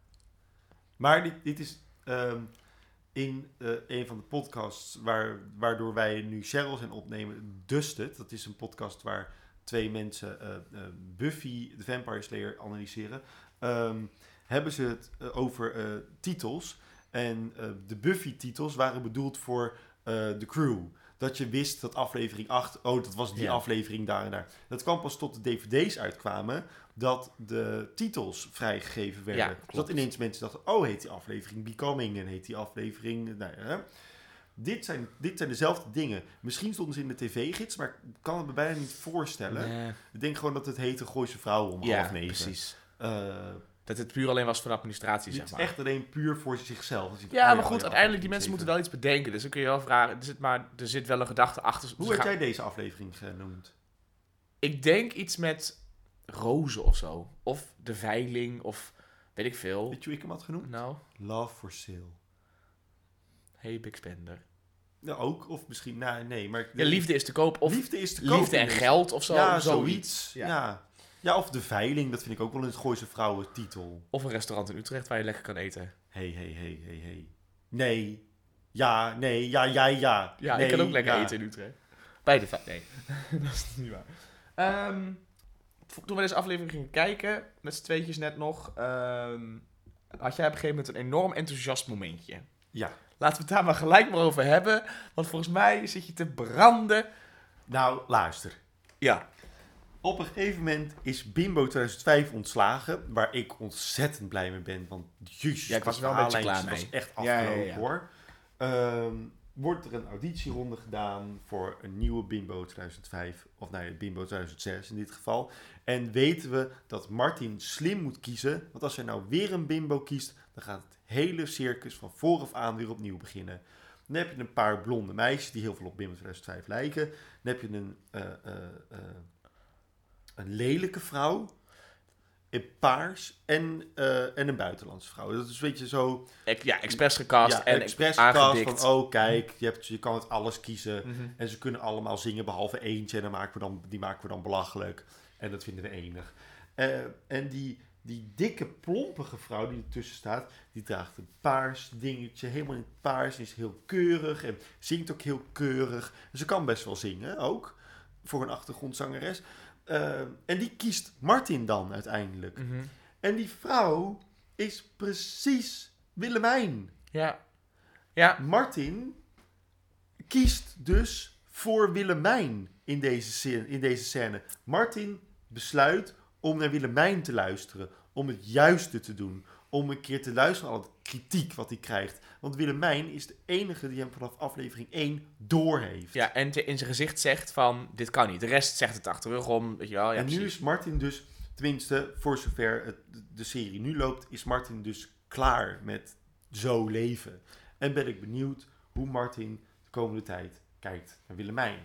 Maar dit, dit is... Um, in uh, een van de podcasts waar, waardoor wij nu Cheryl zijn opnemen, Dusted. Dat is een podcast waar twee mensen uh, uh, Buffy, de Vampire Slayer, analyseren. Um, hebben ze het uh, over uh, titels. En uh, de Buffy-titels waren bedoeld voor uh, de crew. Dat je wist dat aflevering acht, oh, dat was die ja. aflevering daar en daar. Dat kwam pas tot de D V D's uitkwamen, dat de titels vrijgegeven werden. Ja, dus dat ineens mensen dachten, oh, heet die aflevering Becoming en heet die aflevering... Nou ja, dit, zijn, dit zijn dezelfde dingen. Misschien stonden ze in de tv-gids, maar ik kan het me bijna niet voorstellen. Nee. Ik denk gewoon dat het heette Gooise Vrouwen om ja, half negen. precies. Uh, dat het puur alleen was voor de administratie, dit zeg maar. is echt alleen puur voor zichzelf. Dus ja, maar goed, uiteindelijk die mensen moeten wel iets bedenken. Dus dan kun je wel vragen, er zit, maar, er zit wel een gedachte achter. Hoe dus heb ga... jij deze aflevering genoemd? Ik denk iets met rozen of zo. Of de veiling, of weet ik veel. Weet je hoe ik hem had genoemd? Nou? Love for Sale. Hey, Big Spender. Ja, ook. Of misschien, nou, nee. Maar ja, liefde is te koop. Of liefde is te koop. Liefde en geld of zo. Ja, zoiets. zoiets. Ja. Ja. Ja, of de veiling. Dat vind ik ook wel een Gooise Vrouwen titel. Of een restaurant in Utrecht waar je lekker kan eten. Hey, hey, hey, hey, hey. Nee. Ja, nee, ja, ja, ja. Ja, nee, ik kan ook lekker ja. eten in Utrecht. Bij de veiling. Nee, dat is niet waar. Um, toen we deze aflevering gingen kijken, met z'n tweetjes net nog, um, had jij op een gegeven moment een enorm enthousiast momentje. Ja. Laten we het daar maar gelijk maar over hebben, want volgens mij zit je te branden. Nou, luister. Ja. Op een gegeven moment is Bimbo tweeduizend vijf ontslagen, waar ik ontzettend blij mee ben, want jezus, ja, ik was er wel een beetje klaar mee. was echt afgelopen, ja, ja, ja. hoor. Um, wordt er een auditieronde gedaan voor een nieuwe Bimbo tweeduizend vijf, of nee, Bimbo tweeduizend zes in dit geval. En weten we dat Martin slim moet kiezen, want als hij nou weer een Bimbo kiest, dan gaat het hele circus van vooraf aan weer opnieuw beginnen. Dan heb je een paar blonde meisjes die heel veel op Bimbo tweeduizend vijf lijken. Dan heb je een... Uh, uh, uh, Een lelijke vrouw, in paars en, uh, en een buitenlandse vrouw. Dat is een beetje zo... Ja, expres gecast ja, en expres aangedikt. Van, oh kijk, je, hebt, je kan het alles kiezen. Mm-hmm. En ze kunnen allemaal zingen, behalve eentje. En dan maken we dan, die maken we dan belachelijk. En dat vinden we enig. Uh, en die, die dikke, plompige vrouw die ertussen staat, die draagt een paars dingetje, helemaal in het paars. Is heel keurig en zingt ook heel keurig. En ze kan best wel zingen, ook. Voor een achtergrondzangeres. Uh, en die kiest Martin dan uiteindelijk. Mm-hmm. En die vrouw is precies Willemijn. Ja. Ja. Martin kiest dus voor Willemijn in deze, scène, in deze scène. Martin besluit om naar Willemijn te luisteren. Om het juiste te doen. Om een keer te luisteren naar al het kritiek wat hij krijgt. Want Willemijn is de enige die hem vanaf aflevering één doorheeft. Ja, en te, in zijn gezicht zegt van, dit kan niet. De rest zegt het achter de rug om, weet je wel. Ja, en precies. nu is Martin dus, tenminste voor zover het, de serie nu loopt, is Martin dus klaar met zo leven. En ben ik benieuwd hoe Martin de komende tijd kijkt naar Willemijn.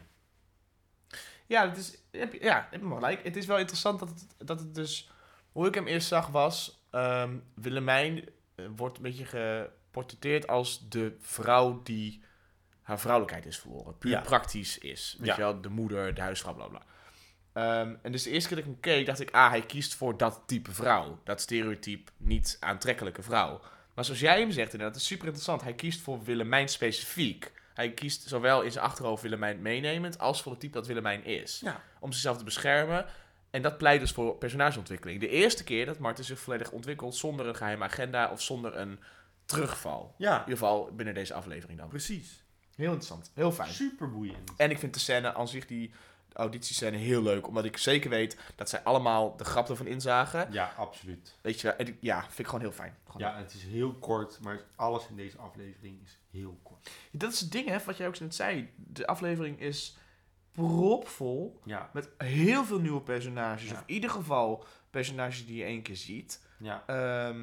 Ja, dat is, ja, heb je gelijk. Het is wel interessant dat het, dat het dus... Hoe ik hem eerst zag was... Um, Willemijn uh, wordt een beetje ge, portretteert als de vrouw die haar vrouwelijkheid is verloren. Puur Ja. praktisch is. Weet Ja. je wel, de moeder, de huisvrouw, bla bla. Ehm, en dus de eerste keer dat ik hem keek, dacht ik, ah, hij kiest voor dat type vrouw. Dat stereotype, niet aantrekkelijke vrouw. Maar zoals jij hem zegt, inderdaad, het is super interessant. Hij kiest voor Willemijn specifiek. Hij kiest zowel in zijn achterhoofd Willemijn meenemend, als voor het type dat Willemijn is. Ja. Om zichzelf te beschermen. En dat pleit dus voor personageontwikkeling. De eerste keer dat Martin zich volledig ontwikkelt zonder een geheime agenda of zonder een terugval. Ja, In ieder geval binnen deze aflevering dan. precies. Heel interessant, heel fijn. Super boeiend. En ik vind de scène aan zich, die auditiescène, heel leuk. Omdat ik zeker weet dat zij allemaal de grap ervan inzagen. Ja, absoluut. Weet je wel, en ik- ja, vind ik gewoon heel fijn. Gewoon Ja, het is heel kort, maar alles in deze aflevering is heel kort. Dat is het ding, hè, wat jij ook net zei. De aflevering is propvol Ja, met heel veel nieuwe personages. Ja. Of in ieder geval personages die je één keer ziet. ja. Ehm,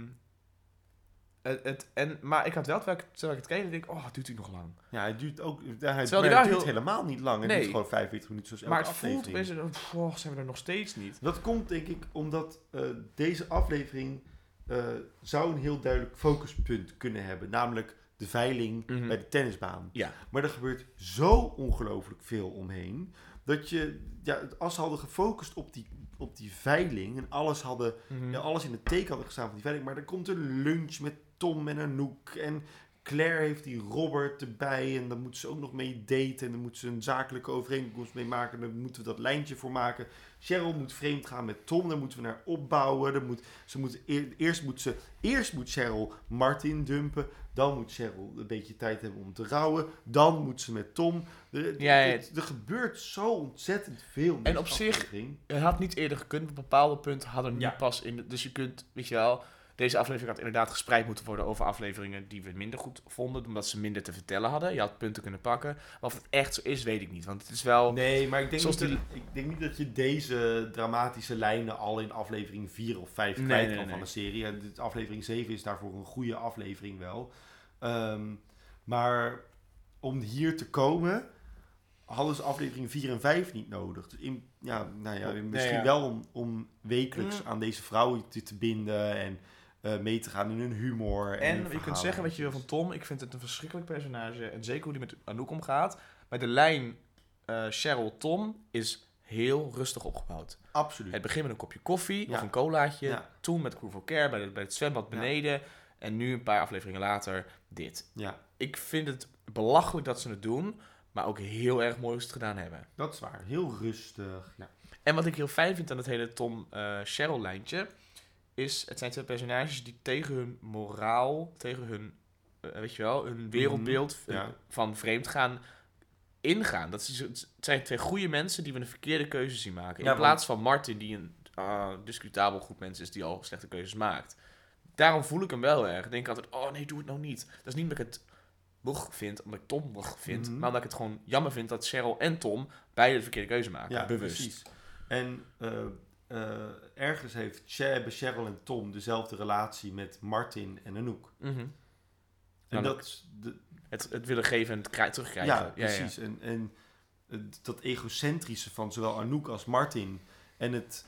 het, het, en, maar ik had wel, terwijl ik, terwijl ik het keek, dacht ik, oh, het duurt hier nog lang. Ja, het duurt ook. Hij, Terwijl maar die het wel duurt heel- helemaal niet lang. Het Nee. duurt gewoon vijfenveertig minuten zoals elke Maar het voelt aflevering. opeens, oh, zijn we er nog steeds niet. Dat komt denk ik omdat eh, deze aflevering eh, zou een heel duidelijk focuspunt kunnen hebben. Namelijk de veiling Mhm. bij de tennisbaan. Ja. Maar er gebeurt zo ongelooflijk veel omheen. Dat je, ja, als ze hadden gefocust op die, op die veiling. En alles, hadden, Mhm. ja, alles in het teken hadden gestaan van die veiling. Maar er komt een lunch met Tom en Anouk. En Claire heeft die Robert erbij. En dan moeten ze ook nog mee daten. En dan moeten ze een zakelijke overeenkomst mee maken. En dan moeten we dat lijntje voor maken. Cheryl moet vreemd gaan met Tom. Daar moeten we naar opbouwen. Dan moet, ze moet, eer- eerst, moet ze, eerst moet Cheryl Martin dumpen. Dan moet Cheryl een beetje tijd hebben om te rouwen. Dan moet ze met Tom. Er, Ja, ja. het- er gebeurt zo ontzettend veel in En deze op zich- aflevering. Het had niet eerder gekund. Op bepaalde punten hadden we Ja. niet pas in. de- Dus je kunt, weet je wel, deze aflevering had inderdaad gespreid moeten worden over afleveringen die we minder goed vonden. Omdat ze minder te vertellen hadden. Je had punten kunnen pakken. Maar of het echt zo is, weet ik niet. Want het is wel... Nee, maar ik denk, Zoals niet die- dat, ik denk niet dat je deze dramatische lijnen al in aflevering vier of vijf Nee, kwijt nee, kan nee. van een serie. En dit- aflevering zeven is daarvoor een goede aflevering wel. Ehm, maar om hier te komen, hadden ze aflevering vier en vijf niet nodig. Dus in, ja, nou ja, Nee, misschien ja. wel om, om wekelijks Mm. aan deze vrouwen te, te binden en eh, mee te gaan in hun humor. En, En hun je kunt verhalen. zeggen wat je wil van Tom. Ik vind het een verschrikkelijk personage. En zeker hoe die met Anouk omgaat. Maar de lijn eh Cheryl-Tom is heel rustig opgebouwd. Absoluut. Het begin met een kopje koffie Ja. of een colaatje. Ja. Toen met Crew for Care bij, de, bij het zwembad Ja. beneden. En nu een paar afleveringen later dit. Ja, Ik vind het belachelijk dat ze het doen. Maar ook heel erg mooi hoe ze het gedaan hebben. dat is waar. Heel rustig. Ja. En wat ik heel fijn vind aan het hele Tom-Cheryl-lijntje... is, het zijn twee personages die tegen hun moraal... tegen hun, eh, weet je wel, hun wereldbeeld Mhm, ja. eh, van vreemdgaan ingaan. Dat is, het zijn twee goede mensen die we een verkeerde keuze zien maken. In Ja, plaats van Martin, die een ah, discutabel groep mensen is... die al slechte keuzes maakt. Daarom voel ik hem wel erg. Ik denk altijd, oh nee, doe het nou niet. Dat is niet omdat ik het boeg vind, omdat ik Tom boeg vind... Mhm. maar omdat ik het gewoon jammer vind dat Cheryl en Tom... beide de verkeerde keuze maken, Ja, bewust. precies. En eh, eh, ergens heeft Che- hebben Cheryl en Tom dezelfde relatie met Martin en Anouk. Mhm. En Nou, dat, is de, Het, het willen geven en het krij- terugkrijgen. ja, precies. En, en het- dat egocentrische van zowel Anouk als Martin en het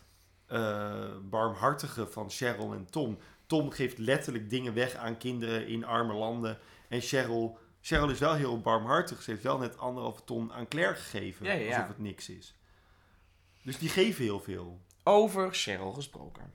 eh, barmhartige van Cheryl en Tom. Tom geeft letterlijk dingen weg aan kinderen in arme landen. En Cheryl, Cheryl is wel heel barmhartig. Ze heeft wel net anderhalve ton aan Claire gegeven. Ja, ja, ja. Alsof het niks is. Dus die geven heel veel. Over Cheryl gesproken.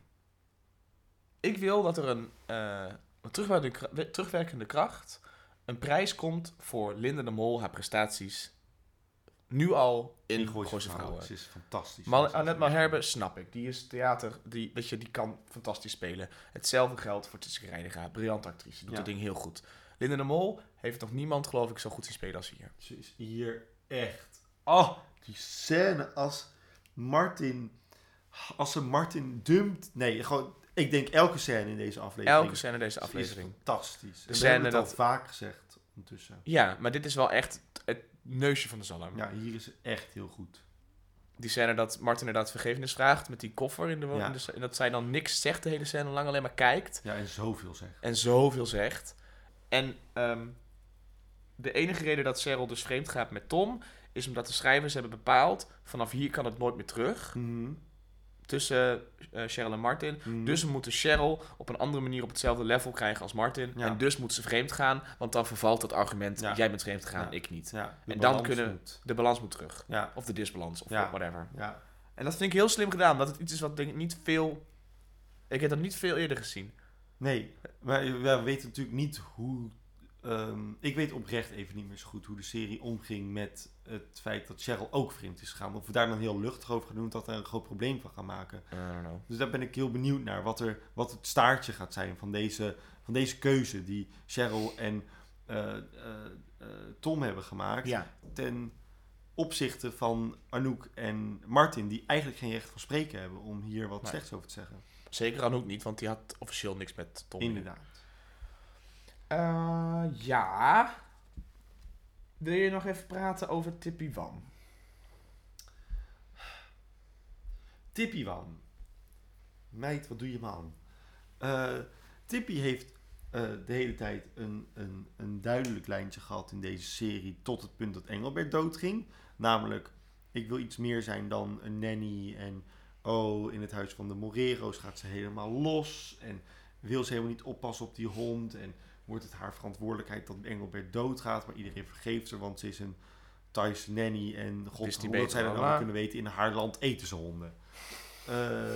Ik wil dat er een eh, met terugwerkende, kra- terugwerkende kracht een prijs komt voor Linda de Mol, haar prestaties. Nu al in Die Gooise Gooise Vrouwen. Ze is fantastisch. Maar Ze is Annette echt- Malherbe snap ik. Die is theater, die, weet je, die kan fantastisch spelen. Hetzelfde geldt voor Titske Reiniga. Briljante actrice, doet Ja. dat ding heel goed. Linda de Mol heeft nog niemand, geloof ik, zo goed zien spelen als ze hier. Ze is hier echt... Oh, die scène als Martin... Als ze Martin dumpt... Nee, gewoon... Ik denk elke scène in deze aflevering. Elke scène in deze Ze aflevering. is fantastisch. En scène we hebben het al dat- vaak gezegd ondertussen. Ja, maar dit is wel echt het neusje van de zalm. Ja, hier is ze echt heel goed. Die scène dat Martin inderdaad vergevenis vraagt met die koffer in de, wo- Ja. in de en dat zij dan niks zegt de hele scène lang, alleen maar kijkt Ja, en zoveel zegt. en zoveel zegt. En ehm, de enige reden dat Cheryl dus vreemd gaat met Tom is omdat de schrijvers hebben bepaald vanaf hier kan het nooit meer terug. Mhm. tussen uh, Cheryl en Martin. Mm. Dus we moeten Cheryl op een andere manier op hetzelfde level krijgen als Martin. Ja. En dus moet ze vreemd gaan, want dan vervalt het argument, Ja. jij bent vreemd gegaan, Ja. ik niet. Ja, de En dan balans kunnen- moet. De balans moet terug. Ja, Of de disbalans, of Ja. whatever. ja. En dat vind ik heel slim gedaan, dat het iets is wat denk ik niet veel... Ik heb dat niet veel eerder gezien. Nee, maar ja, we weten natuurlijk niet hoe... ehm, ik weet oprecht even niet meer zo goed hoe de serie omging met het feit dat Cheryl ook vreemd is gegaan. Of we daar dan heel luchtig over gaan doen, dat er een groot probleem van gaan maken. I don't know. Dus daar ben ik heel benieuwd naar, wat, er, wat het staartje gaat zijn van deze, van deze keuze die Cheryl en eh, eh, eh, Tom hebben gemaakt. Ja. Ten opzichte van Anouk en Martin, die eigenlijk geen recht van spreken hebben om hier wat Nee. slechts over te zeggen. Zeker Anouk niet, want die had officieel niks met Tom. Inderdaad. Uh, ja. Wil je nog even praten over Tippy Wan? Tippy Wan. Meid, wat doe je man? Uh, Tippy heeft uh, de hele tijd een, een, een duidelijk lijntje gehad in deze serie tot het punt dat Engelbert doodging. Namelijk, ik wil iets meer zijn dan een nanny en oh, in het huis van de Morero's gaat ze helemaal los en wil ze helemaal niet oppassen op die hond en wordt het haar verantwoordelijkheid dat Engelbert doodgaat, maar iedereen vergeeft ze, want ze is een Thaise nanny en god, Wist die hoe dat beter zij dat dan, nou maar- kunnen weten, in haar land eten ze honden. Uh,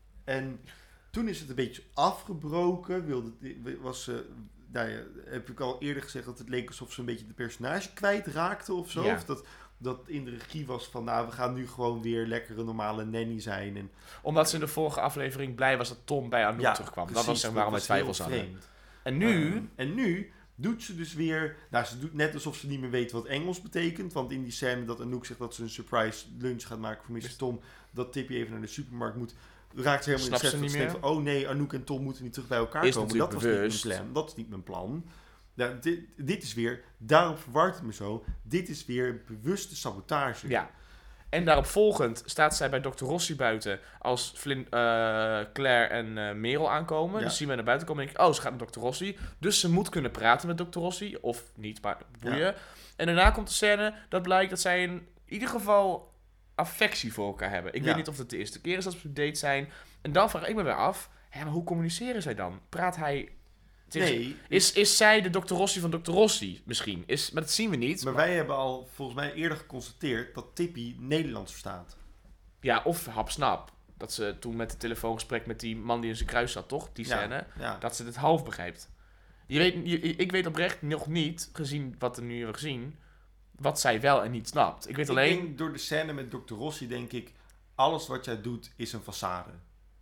en toen is het een beetje afgebroken. Wilde, was, uh, nou ja, heb ik al eerder gezegd dat het leek alsof ze een beetje de personage kwijtraakte of zo. Ja. Of dat, dat in de regie was van, nou, we gaan nu gewoon weer lekker een normale nanny zijn. En, Omdat ze in de vorige aflevering blij was dat Tom bij Anouk ja, terugkwam. precies, dat was zeg maar waarom wij was heel twijfels hadden. vreemd. En nu... Uh, en nu doet ze dus weer... Nou, ze doet net alsof ze niet meer weet wat Engels betekent. Want in die scène dat Anouk zegt dat ze een surprise lunch gaat maken voor mister Tom, dat Tippy even naar de supermarkt moet, raakt ze helemaal Snapt in ze het niet zet van, oh nee, Anouk en Tom moeten niet terug bij elkaar Is komen. Dat natuurlijk was niet bewust. mijn plan. Dat is niet mijn plan. Nou, dit, dit is weer, daarop verwart het me zo, dit is weer bewuste sabotage. Ja. En daarop volgend staat zij bij dokter Rossi buiten als Flynn, uh, Claire en uh, Merel aankomen. Ja. Dus zien we naar buiten komen en denk ik, oh, ze gaat naar dokter Rossi. Dus ze moet kunnen praten met dokter Rossi. Of niet, maar boeien. Ja. En daarna komt de scène dat blijkt dat zij in ieder geval affectie voor elkaar hebben. Ik Ja. weet niet of het de eerste keer is dat ze op date zijn. En dan vraag ik me weer af, hè, maar hoe communiceren zij dan? Praat hij... tegen- Nee, Is, is zij de dokter Rossi van dokter Rossi misschien? Is, maar dat zien we niet. maar wij hebben al volgens mij eerder geconstateerd dat Tippy Nederlands verstaat. Ja, of hapsnap. Dat ze toen met het telefoongesprek met die man die in zijn kruis zat, toch? Die Ja, scène. ja. Dat ze het half begrijpt. Je weet, je, ik weet oprecht nog niet, gezien wat we nu hebben gezien, wat zij wel en niet snapt. Ik weet Ik alleen... denk, door de scène met dokter Rossi denk ik, alles wat jij doet is een façade.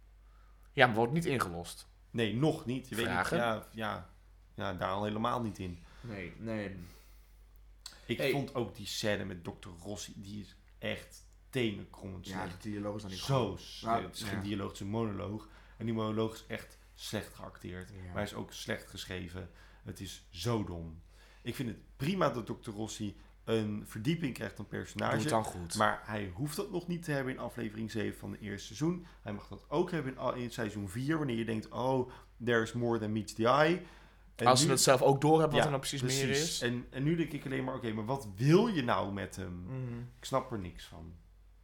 Ja, maar wordt niet ingelost. Nee, nog niet. Je Vragen? weet niet, ja, ja, ja, daar al helemaal niet in. Nee, nee. Ik Hey. vond ook die scène met dokter Rossi, die is echt tenenkrommend slecht. dialoog is dan Zo slecht. Nou, Het is ja. geen dialoog, het is een monoloog. En die monoloog is echt slecht geacteerd. Ja. Maar hij is ook slecht geschreven. Het is zo dom. Ik vind het prima dat dokter Rossi een verdieping krijgt van Doe personage. het dan goed. Maar hij hoeft dat nog niet te hebben in aflevering zeven van het eerste seizoen. Hij mag dat ook hebben in, al- in seizoen vier, wanneer je denkt, oh, there's more than meets the eye. En Als ze nu- het zelf ook doorhebben wat Ja, er nou precies, meer precies. is. En, en nu denk ik alleen maar, oké, maar wat wil je nou met hem? Mhm. Ik snap er niks van.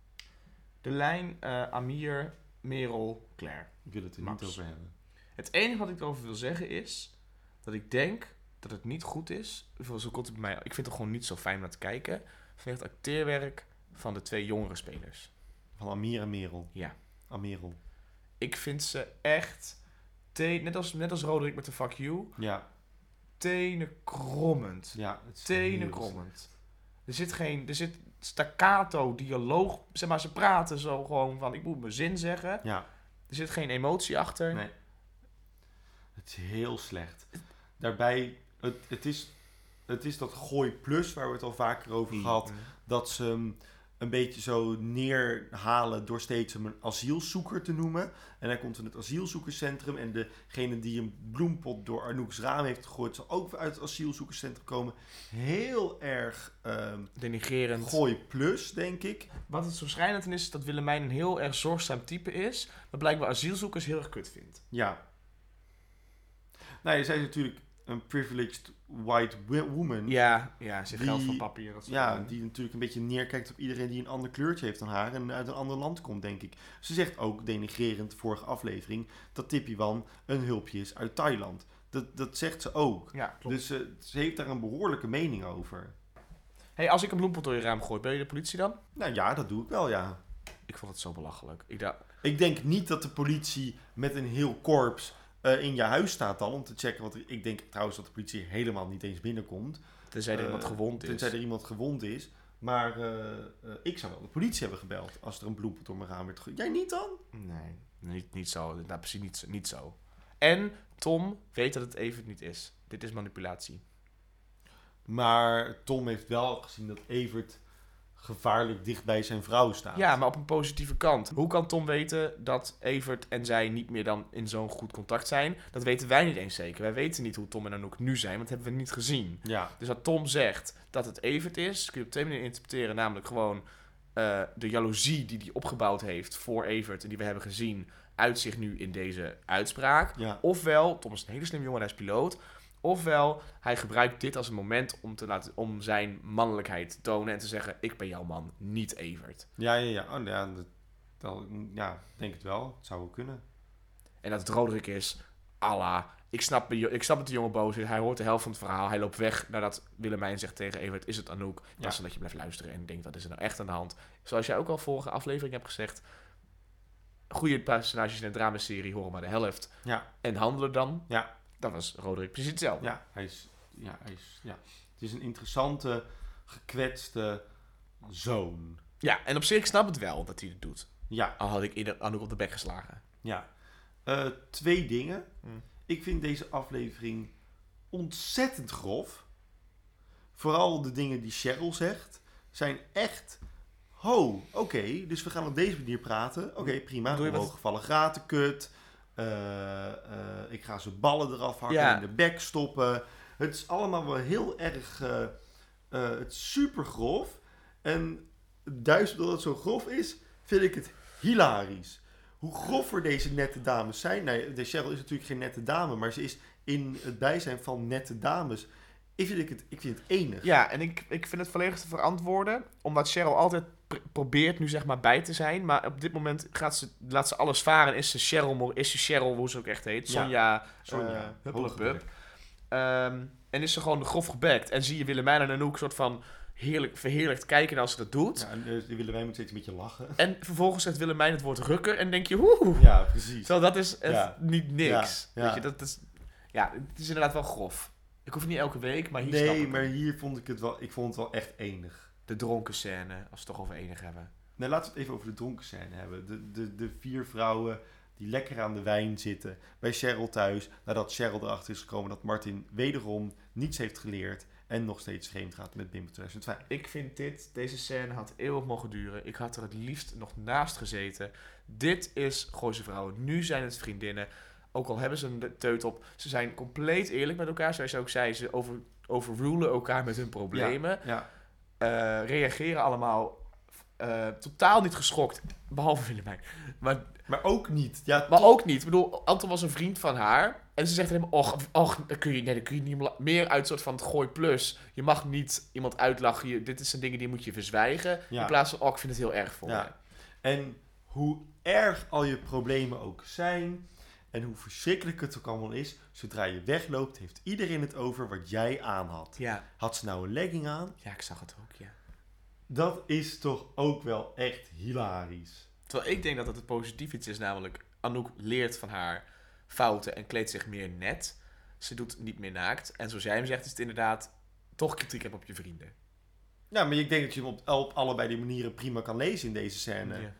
De lijn eh, Amir, Merel, Claire. Ik wil het er Max. niet over hebben. Het enige wat ik erover wil zeggen is dat ik denk dat het niet goed is. Zo komt het bij mij. Ik vind het gewoon niet zo fijn om naar te kijken. Vanwege het acteerwerk van de twee jongere spelers. Van Amir en Merel. Ja. Amerel. Ik vind ze echt, te- net, als, net als Roderick met de Fuck You, Ja, tenenkrommend. ja. Het is heel Tenenkrommend. Er zit geen, er zit staccato, dialoog. Zeg maar, ze praten zo gewoon van, ik moet mijn zin zeggen. slecht. Ja, Er zit geen emotie achter. nee. Het is heel slecht. Daarbij, het, het, is, het is dat Gooi Plus, waar we het al vaker over gehad, dat ze hem een beetje zo neerhalen door steeds hem een asielzoeker te noemen. En hij komt in het asielzoekerscentrum en degene die een bloempot door Anouk's raam heeft gegooid, zal ook uit het asielzoekerscentrum komen. Heel erg ehm Denigrerend. Gooi Plus, denk ik. Wat het zo schrijnend in is, is dat Willemijn een heel erg zorgzaam type is, maar blijkbaar asielzoekers heel erg kut vindt. Ja. Nou, zij is natuurlijk een privileged white woman. Ja, ja, ze heeft Die- geld van papier. Dat soort Ja, dingen. die natuurlijk een beetje neerkijkt op iedereen die een ander kleurtje heeft dan haar en uit een ander land komt, denk ik. Ze zegt ook, denigrerend, vorige aflevering, dat Tippy Wan een hulpje is uit Thailand. Dat, dat zegt ze ook. Ja, klopt. Dus uh, ze heeft daar een behoorlijke mening over. Hey, als ik een bloempot door je raam gooi, ben je de politie dan? Nou ja, dat doe ik wel, ja. Ik vond het zo belachelijk. Ik dacht... Ik denk niet dat de politie met een heel korps uh, in je huis staat dan om te checken. Want ik denk trouwens dat de politie helemaal niet eens binnenkomt. Tenzij er Uh, iemand gewond is. Tenzij er iemand gewond is. Maar uh, uh, ik zou wel de politie hebben gebeld als er een bloempot door mijn raam werd gegooid. Jij niet dan? Nee, niet, niet zo. Nou, precies niet, niet zo. En Tom weet dat het Evert niet is. Dit is manipulatie. Maar Tom heeft wel gezien dat Evert gevaarlijk dicht bij zijn vrouw staat. Ja, maar op een positieve kant. Hoe kan Tom weten dat Evert en zij niet meer dan in zo'n goed contact zijn? Dat weten wij niet eens zeker. Wij weten niet hoe Tom en Anouk nu zijn, want dat hebben we niet gezien. Ja. Dus wat Tom zegt dat het Evert is, kun je op twee manieren interpreteren. Namelijk gewoon uh, de jaloezie die hij opgebouwd heeft voor Evert en die we hebben gezien, uit zich nu in deze uitspraak. Ja. Ofwel, Tom is een hele slim jongen, hij is piloot. Ofwel, hij gebruikt dit als een moment om, te laten, om zijn mannelijkheid te tonen en te zeggen, ik ben jouw man, niet Evert. Ja, ja, ja. Oh, ja, dat, dat, ja, denk het wel. Het zou wel kunnen. En dat het Roderick is, Allah. Ik snap, ik snap dat de jongen boos is. Hij hoort de helft van het verhaal. Hij loopt weg nadat Willemijn zegt tegen Evert, is het Anouk? Ja. Dat is dat je blijft luisteren en denkt, wat is er nou echt aan de hand? Zoals jij ook al vorige aflevering hebt gezegd, goede personages in een dramaserie horen maar de helft. Ja. En handelen dan. Ja. Dat was Roderick precies hetzelfde. Ja, hij is, ja, hij is, ja. Het is een interessante, gekwetste zoon. Ja, en op zich snap het wel dat hij het doet. Ja. Al had ik ieder Anouk op de bek geslagen. Ja. Uh, twee dingen. Mm. Ik vind deze aflevering ontzettend grof. Vooral de dingen die Cheryl zegt zijn echt... Ho, oké, okay, dus we gaan op deze manier praten. Oké, okay, prima. Doe je wat... Omhooggevallen gratenkut. Uh, uh, ik ga ze ballen eraf hakken, ja. in de bek stoppen. Het is allemaal wel heel erg... Uh, uh, het is super grof. En duizend dat het zo grof is, vind ik het hilarisch. Hoe groffer deze nette dames zijn. Nee, de Cheryl is natuurlijk geen nette dame, maar ze is in het bijzijn van nette dames. Ik vind het, ik vind het enig. Ja, en ik, ik vind het volledig te verantwoorden, omdat Cheryl altijd pr- probeert nu zeg maar bij te zijn, maar op dit moment gaat ze, laat ze alles varen. Is ze Cheryl, is ze Cheryl, hoe ze ook echt heet, Sonja, ja, Sonja, uh, Huppelepup. Um, en is ze gewoon grof gebekt. En zie je Willemijn en Anouk soort van heerlijk, verheerlijkt kijken als ze dat doet. Ja, en uh, Willemijn moet steeds een beetje lachen. En vervolgens zegt Willemijn het woord rukker en denk je, woe. Ja, precies. Zo, dat is ja. niet niks. Ja, Weet ja. je, dat is, ja, het is inderdaad wel grof. Ik hoef niet elke week, maar hier nee, snap ik maar hem. hier vond ik het wel, ik vond het wel echt enig. De dronken scène, als we het toch over enig hebben. Nee, laten we het even over de dronken scène hebben. De, de, de vier vrouwen die lekker aan de wijn zitten bij Cheryl thuis, nadat Cheryl erachter is gekomen dat Martin wederom niets heeft geleerd en nog steeds vreemd gaat met Bimbo tweeduizend vijf. Ik vind dit, deze scène had eeuwig mogen duren. Ik had er het liefst nog naast gezeten. Dit is Gooise Vrouwen. Nu zijn het vriendinnen. Ook al hebben ze een teut op. Ze zijn compleet eerlijk met elkaar. Zoals je ook zei, ze over, overrulen elkaar met hun problemen. Ja, ja. Uh, reageren allemaal uh, totaal niet geschokt. Behalve Willemijn. Maar, maar ook niet. Ja, maar ook niet. Ik bedoel, Anton was een vriend van haar. En ze zegt hem, och, och dan kun je, nee, dan kun je niet meer uit soort van het gooi plus. Je mag niet iemand uitlachen. Je, dit zijn dingen die moet je verzwijgen. Ja. In plaats van, oh, ik vind het heel erg voor ja. mij. En hoe erg al je problemen ook zijn... En hoe verschrikkelijk het ook allemaal is, zodra je wegloopt, heeft iedereen het over wat jij aan had. Ja. Had ze nou een legging aan? Ja, ik zag het ook, ja. Dat is toch ook wel echt hilarisch. Terwijl ik denk dat het het positief iets is, namelijk Anouk leert van haar fouten en kleedt zich meer net. Ze doet niet meer naakt. En zoals jij hem zegt, is het inderdaad toch kritiek hebben op je vrienden. Ja, maar ik denk dat je hem op, op allebei die manieren prima kan lezen in deze scène. Ja.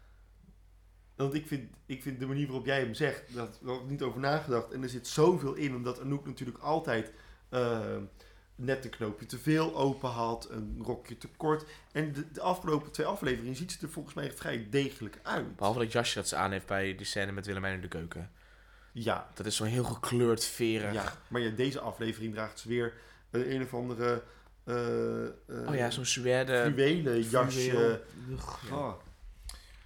Want ik vind, ik vind de manier waarop jij hem zegt, daar had ik niet over nagedacht. En er zit zoveel in, omdat Anouk natuurlijk altijd uh, net een knoopje te veel open had, een rokje te kort. En de, de afgelopen twee afleveringen ziet ze er volgens mij vrij degelijk uit. Behalve dat jasje dat ze aan heeft bij die scène met Willemijn in de keuken. Ja. Dat is zo'n heel gekleurd, verig. Ja, maar ja, deze aflevering draagt ze weer uh, een of andere... Uh, uh, oh ja, zo'n suède... fluwelen jasje. Ja. Oh.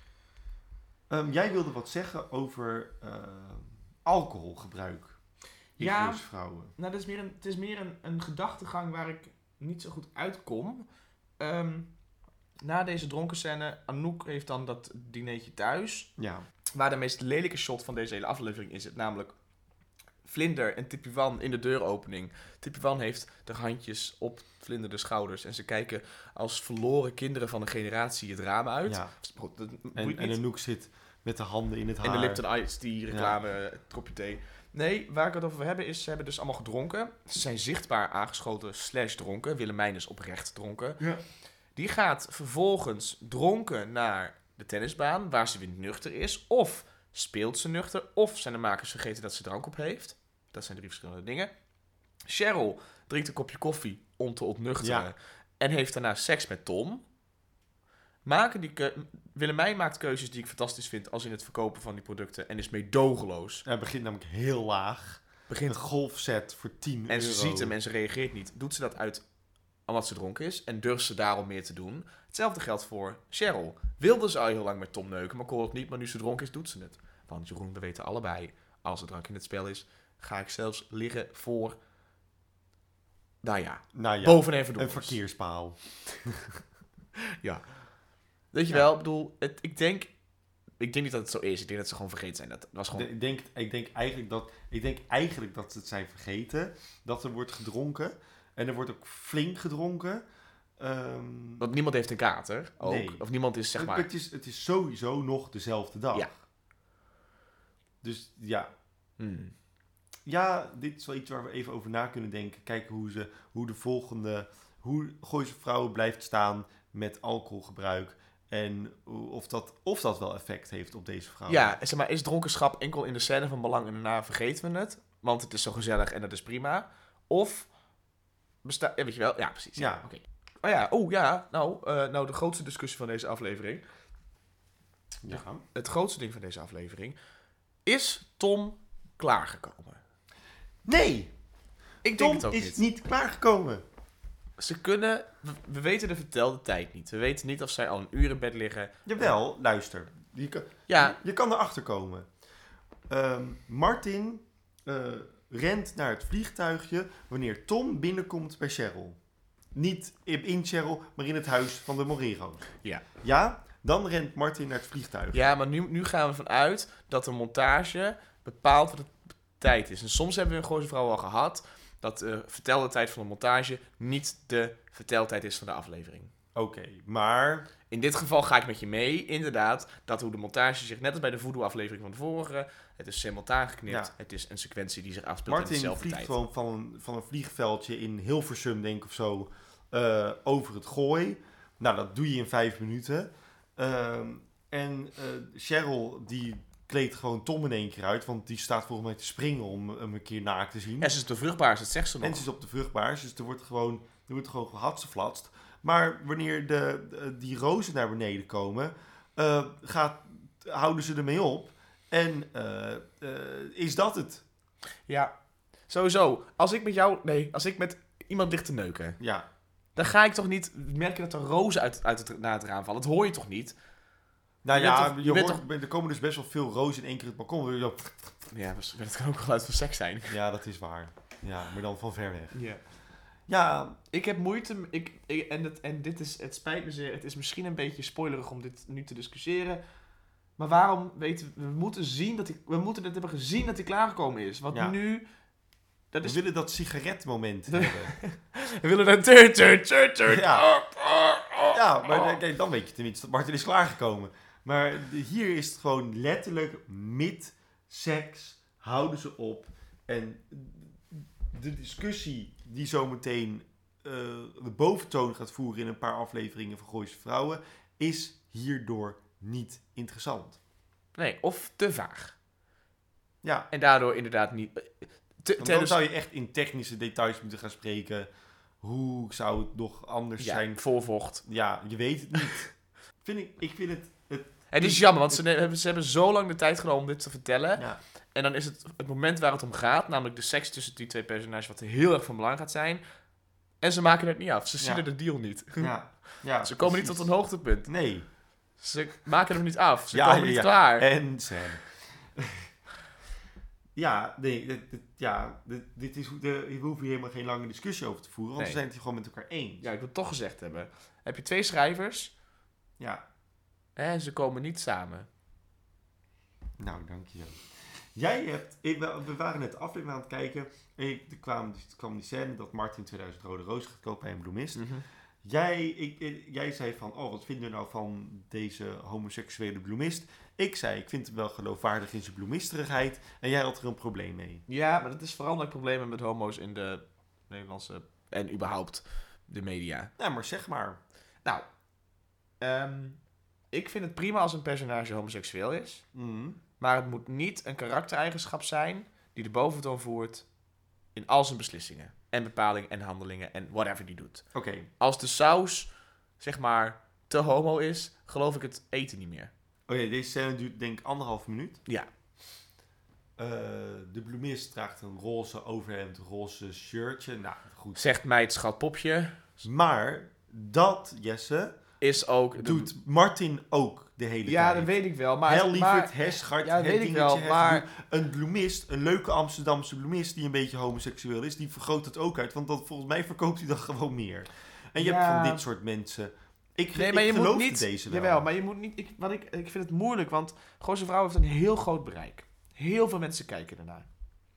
Um, jij wilde wat zeggen over uh, alcoholgebruik. in Ja. Gooise Vrouwen. Nou, dat is meer een, het is meer een, een gedachtegang waar ik niet zo goed uitkom. Ehm, na deze dronken scène, Anouk heeft dan dat dinertje thuis. Ja. Waar de meest lelijke shot van deze hele aflevering in zit. Namelijk Vlinder en Tippy Wan in de deuropening. Tippy Wan heeft de handjes op Vlinder de schouders. En ze kijken als verloren kinderen van een generatie het raam uit. ja. Goed, dat En, boeit en niet. Anouk zit met de handen in het haar. En de Lipton Ice, die reclame, het kopje thee. Nee, waar ik het over wil hebben is, ze hebben dus allemaal gedronken. Ze zijn zichtbaar aangeschoten slash dronken. Willemijn is oprecht dronken. Ja. Die gaat vervolgens dronken naar de tennisbaan, waar ze weer nuchter is. Of speelt ze nuchter, of zijn de makers vergeten dat ze drank op heeft. Dat zijn drie verschillende dingen. Cheryl drinkt een kopje koffie om te ontnuchteren. Ja. En heeft daarna seks met Tom. Maken die keu- Willemijn maakt keuzes die ik fantastisch vind als in het verkopen van die producten. En is meedogenloos. Hij begint namelijk heel laag. Begint Een golfset voor tien euro. En ze ziet hem en ze reageert niet. Doet ze dat uit omdat ze dronken is en durft ze daarom meer te doen. Hetzelfde geldt voor Cheryl. Wilde ze al heel lang met Tom neuken, maar kon het niet. Maar nu ze dronken is, doet ze het. Want Jeroen, we weten allebei, als er drank in het spel is, ga ik zelfs liggen voor, nou ja, Nou ja, boven en een verkeerspaal. Ja. Weet je Ja. wel, ik bedoel, het, ik denk... Ik denk niet dat het zo is. Ik denk dat ze gewoon vergeten zijn. Dat was gewoon... Ik denk, ik, denk eigenlijk dat, ik denk eigenlijk dat ze het zijn vergeten. Dat er wordt gedronken. En er wordt ook flink gedronken. Ehm, Want niemand heeft een kater. Ook. Nee. Of niemand is, zeg het, maar... het, is, het is sowieso nog dezelfde dag. Ja. Dus ja. Hmm. Ja, dit is wel iets waar we even over na kunnen denken. Kijken hoe, ze, hoe de volgende... Hoe Gooise Vrouwen blijft staan met alcoholgebruik. En of dat, of dat wel effect heeft op deze vrouw. Ja, zeg maar, is dronkenschap enkel in de scène van belang en daarna vergeten we het? Want het is zo gezellig en dat is prima. Of bestaat... Ja, weet je wel? Ja, precies. Ja. Oké. Oh ja, oh ja. Nou, eh, nou, de grootste discussie van deze aflevering. Ja. Het grootste ding van deze aflevering. Is Tom klaargekomen? Nee! Ik Tom denk het ook is niet. niet klaargekomen. Ze kunnen... We, we weten de vertelde tijd niet. We weten niet of zij al een uur in bed liggen. Jawel, luister. Je kan, Ja. je, je kan erachter komen. Ehm, Martin eh, rent naar het vliegtuigje wanneer Tom binnenkomt bij Cheryl. Niet in in Cheryl, maar in het huis van de Morero's. Ja. Ja, dan rent Martin naar het vliegtuig. Ja, maar nu, nu gaan we ervan uit dat de montage bepaalt wat de tijd is. En soms hebben we een Gooise Vrouw al gehad dat de vertelde tijd van de montage niet de verteltijd is van de aflevering. Oké, maar... In dit geval ga ik met je mee, inderdaad, dat hoe de montage zich, net als bij de voodoo-aflevering van de vorige, het is simultaan geknipt, Ja. het is een sequentie die zich afspeelt in Martin dezelfde vliegt tijd. gewoon van een, van een vliegveldje in Hilversum, denk ik of zo, eh, over het Gooi. Nou, dat doe je in vijf minuten. Ehm, en eh, Cheryl, die kleedt gewoon Tom in één keer uit, want die staat volgens mij te springen om hem een keer naakt te zien. En ze is de vruchtbaar, dat zegt ze nog. En ze is op de vruchtbaar, dus er wordt gewoon, er wordt gewoon gehatseflatst. Maar wanneer de, de- die rozen naar beneden komen, eh, gaat, houden ze ermee op. En eh, eh, is dat het? Ja, sowieso. Als ik met jou, nee, als ik met iemand ligt te neuken, Ja. dan ga ik toch niet merken dat er rozen uit, uit het, naar het raam vallen. Dat hoor je toch niet? Nou Je ja, bent toch- je je bent hoort, er komen dus best wel veel rozen in één keer het balkon. Zo- Ja, maar het kan ook wel uit van seks zijn. Ja, dat is waar. Ja, maar dan van ver weg. Ja. Ja, Ik heb moeite, ik, ik, en, het, en dit is, het spijt me zeer, het is misschien een beetje spoilerig om dit nu te discussiëren. Maar waarom weten we, we moeten zien dat hij, we moeten het hebben gezien dat hij klaargekomen is. Want Ja. nu, dat we is, willen dat sigaretmoment De- hebben. we willen dat turn, turn, turn, turn. Ja. Oh, oh, oh, Ja, maar oh. dan- kijk, dan weet je tenminste dat Martin is klaargekomen. Maar de- hier is het gewoon letterlijk mid-seks houden ze op. En de discussie die zometeen eh de boventoon gaat voeren in een paar afleveringen van Gooise Vrouwen is hierdoor niet interessant. Nee, of te vaag. Ja, En daardoor inderdaad niet... Te, want dan tennis, zou je echt in technische details moeten gaan spreken. Hoe zou het nog anders ja, zijn? voorvocht. Ja, je weet het niet. vind ik, ik vind het... het Het is jammer, want ze, ne- hebben- ze hebben zo lang de tijd genomen om dit te vertellen. ja, En dan is het het moment waar het om gaat, namelijk de seks tussen die twee personages, wat heel erg van belang gaat zijn. En ze maken het niet af. Ze zien Ja. de deal niet. ja, ja, Ze komen niet precies. tot een hoogtepunt. Nee. Ze maken hem niet af. Ze Ja, komen ja, niet ja. klaar. En scène. Ja, nee, dit, dit, ja, dit, dit is, de, we hoeven hier helemaal geen lange discussie over te voeren, want Nee. we zijn het hier gewoon met elkaar eens. Ja, ik wil het toch gezegd hebben. Heb je twee schrijvers Ja, en ze komen niet samen. nou, dankjewel. Jij hebt, ik, we we waren net de aflevering aan het kijken en ik, er, kwam, er kwam die scène dat Martin tweeduizend rode rozen gaat kopen bij een bloemist. Mm-hmm. Jij, ik, ik- jij zei van, oh, wat vinden we nou van deze homoseksuele bloemist? Ik zei, ik vind hem wel geloofwaardig in zijn bloemisterigheid. En jij had er een probleem mee. Ja, maar dat is vooral omdat ik problemen met homo's in de Nederlandse en überhaupt de media. Nou, maar zeg maar. Nou, ehm, ik vind het prima als een personage homoseksueel is. Mm. Maar het moet niet een karaktereigenschap zijn die de boventoon voert in al zijn beslissingen. En bepalingen en handelingen en whatever die doet. Oké, Als de saus, zeg maar, te homo is, geloof ik het eten niet meer. Oké, deze scène duurt denk ik anderhalf minuut. Ja. Eh, de bloemist draagt een roze overhemd, roze shirtje. Nou, goed. Zegt mij het schatpopje, Maar dat, Jesse, is ook... de- doet Martin ook de hele Ja, tijd. dat weet ik wel. Maar, Heel lieverd, maar herschart, Ja, het weet ik dingetje, wel, het maar- gedoe. Een bloemist, een leuke Amsterdamse bloemist die een beetje homoseksueel is, die vergroot het ook uit. Want dat, volgens mij verkoopt hij dan gewoon meer. En je Ja. hebt van dit soort mensen. Ik, Nee, ik maar je moet geloofde niet... deze wel. Jawel, maar je moet niet... Ik, wat ik, ik vind het moeilijk, want Goze Vrouw heeft een heel groot bereik. Heel veel mensen kijken ernaar.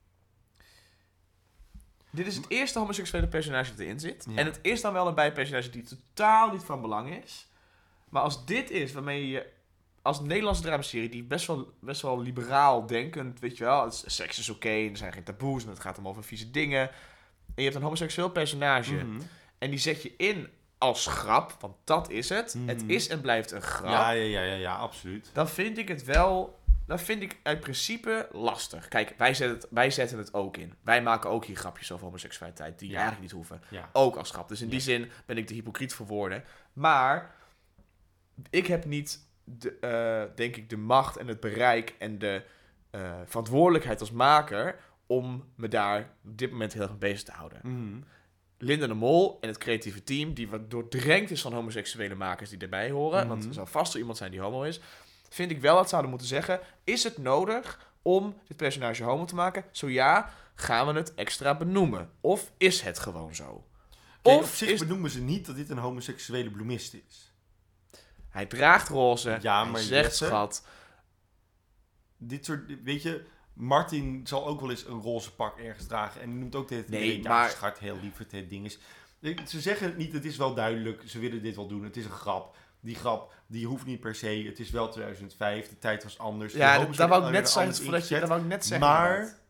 Dit is het eerste homoseksuele personage dat erin zit. Ja. En het is dan wel een bijpersonage die totaal niet van belang is. Maar als dit is waarmee je... Als Nederlandse dramaserie die best wel, best wel liberaal denkend, weet je wel, het is- seks is oké, er zijn geen taboes en het gaat om over vieze dingen. En je hebt een homoseksueel personage Mhm. en die zet je in als grap, want dat is het. Mhm. Het is en blijft een grap. Ja, ja, ja, ja, ja, absoluut. Dan vind ik het wel, dan vind ik uit principe lastig. Kijk, wij zetten het, wij zetten het ook in. Wij maken ook hier grapjes over homoseksualiteit die Ja. eigenlijk niet hoeven. Ja. Ook als grap. Dus in Ja. die zin ben ik de hypocriet voor woorden. Maar ik heb niet, de, eh, denk ik, de macht en het bereik en de eh, verantwoordelijkheid als maker om me daar op dit moment heel erg mee bezig te houden. Mhm. Linda de Mol en het creatieve team, die wat doordrenkt is van homoseksuele makers die erbij horen, Mhm. want er zal vast wel iemand zijn die homo is, vind ik wel dat zouden moeten zeggen, is het nodig om dit personage homo te maken? Zo ja, gaan we het extra benoemen? Of is het gewoon zo? Kijk, op Of zich is... benoemen ze niet dat dit een homoseksuele bloemist is. Hij draagt roze, Ja, hij maar zegt Jesse- schat. Dit soort, weet je, Martin zal ook wel eens een roze pak ergens dragen. En die noemt ook dit. Nee, ja, maar- schat, heel lief, het ding is. Ze zeggen het niet, het is wel duidelijk. Ze willen dit wel doen. Het is een grap. Die grap, die hoeft niet per se. Het is wel tweeduizend vijf, de tijd was anders. De Ja, homo's dat, dat wou ik werden net zeggen. anders Voordat je, ingezet. dat wou ik net zeggen. Maar inderdaad.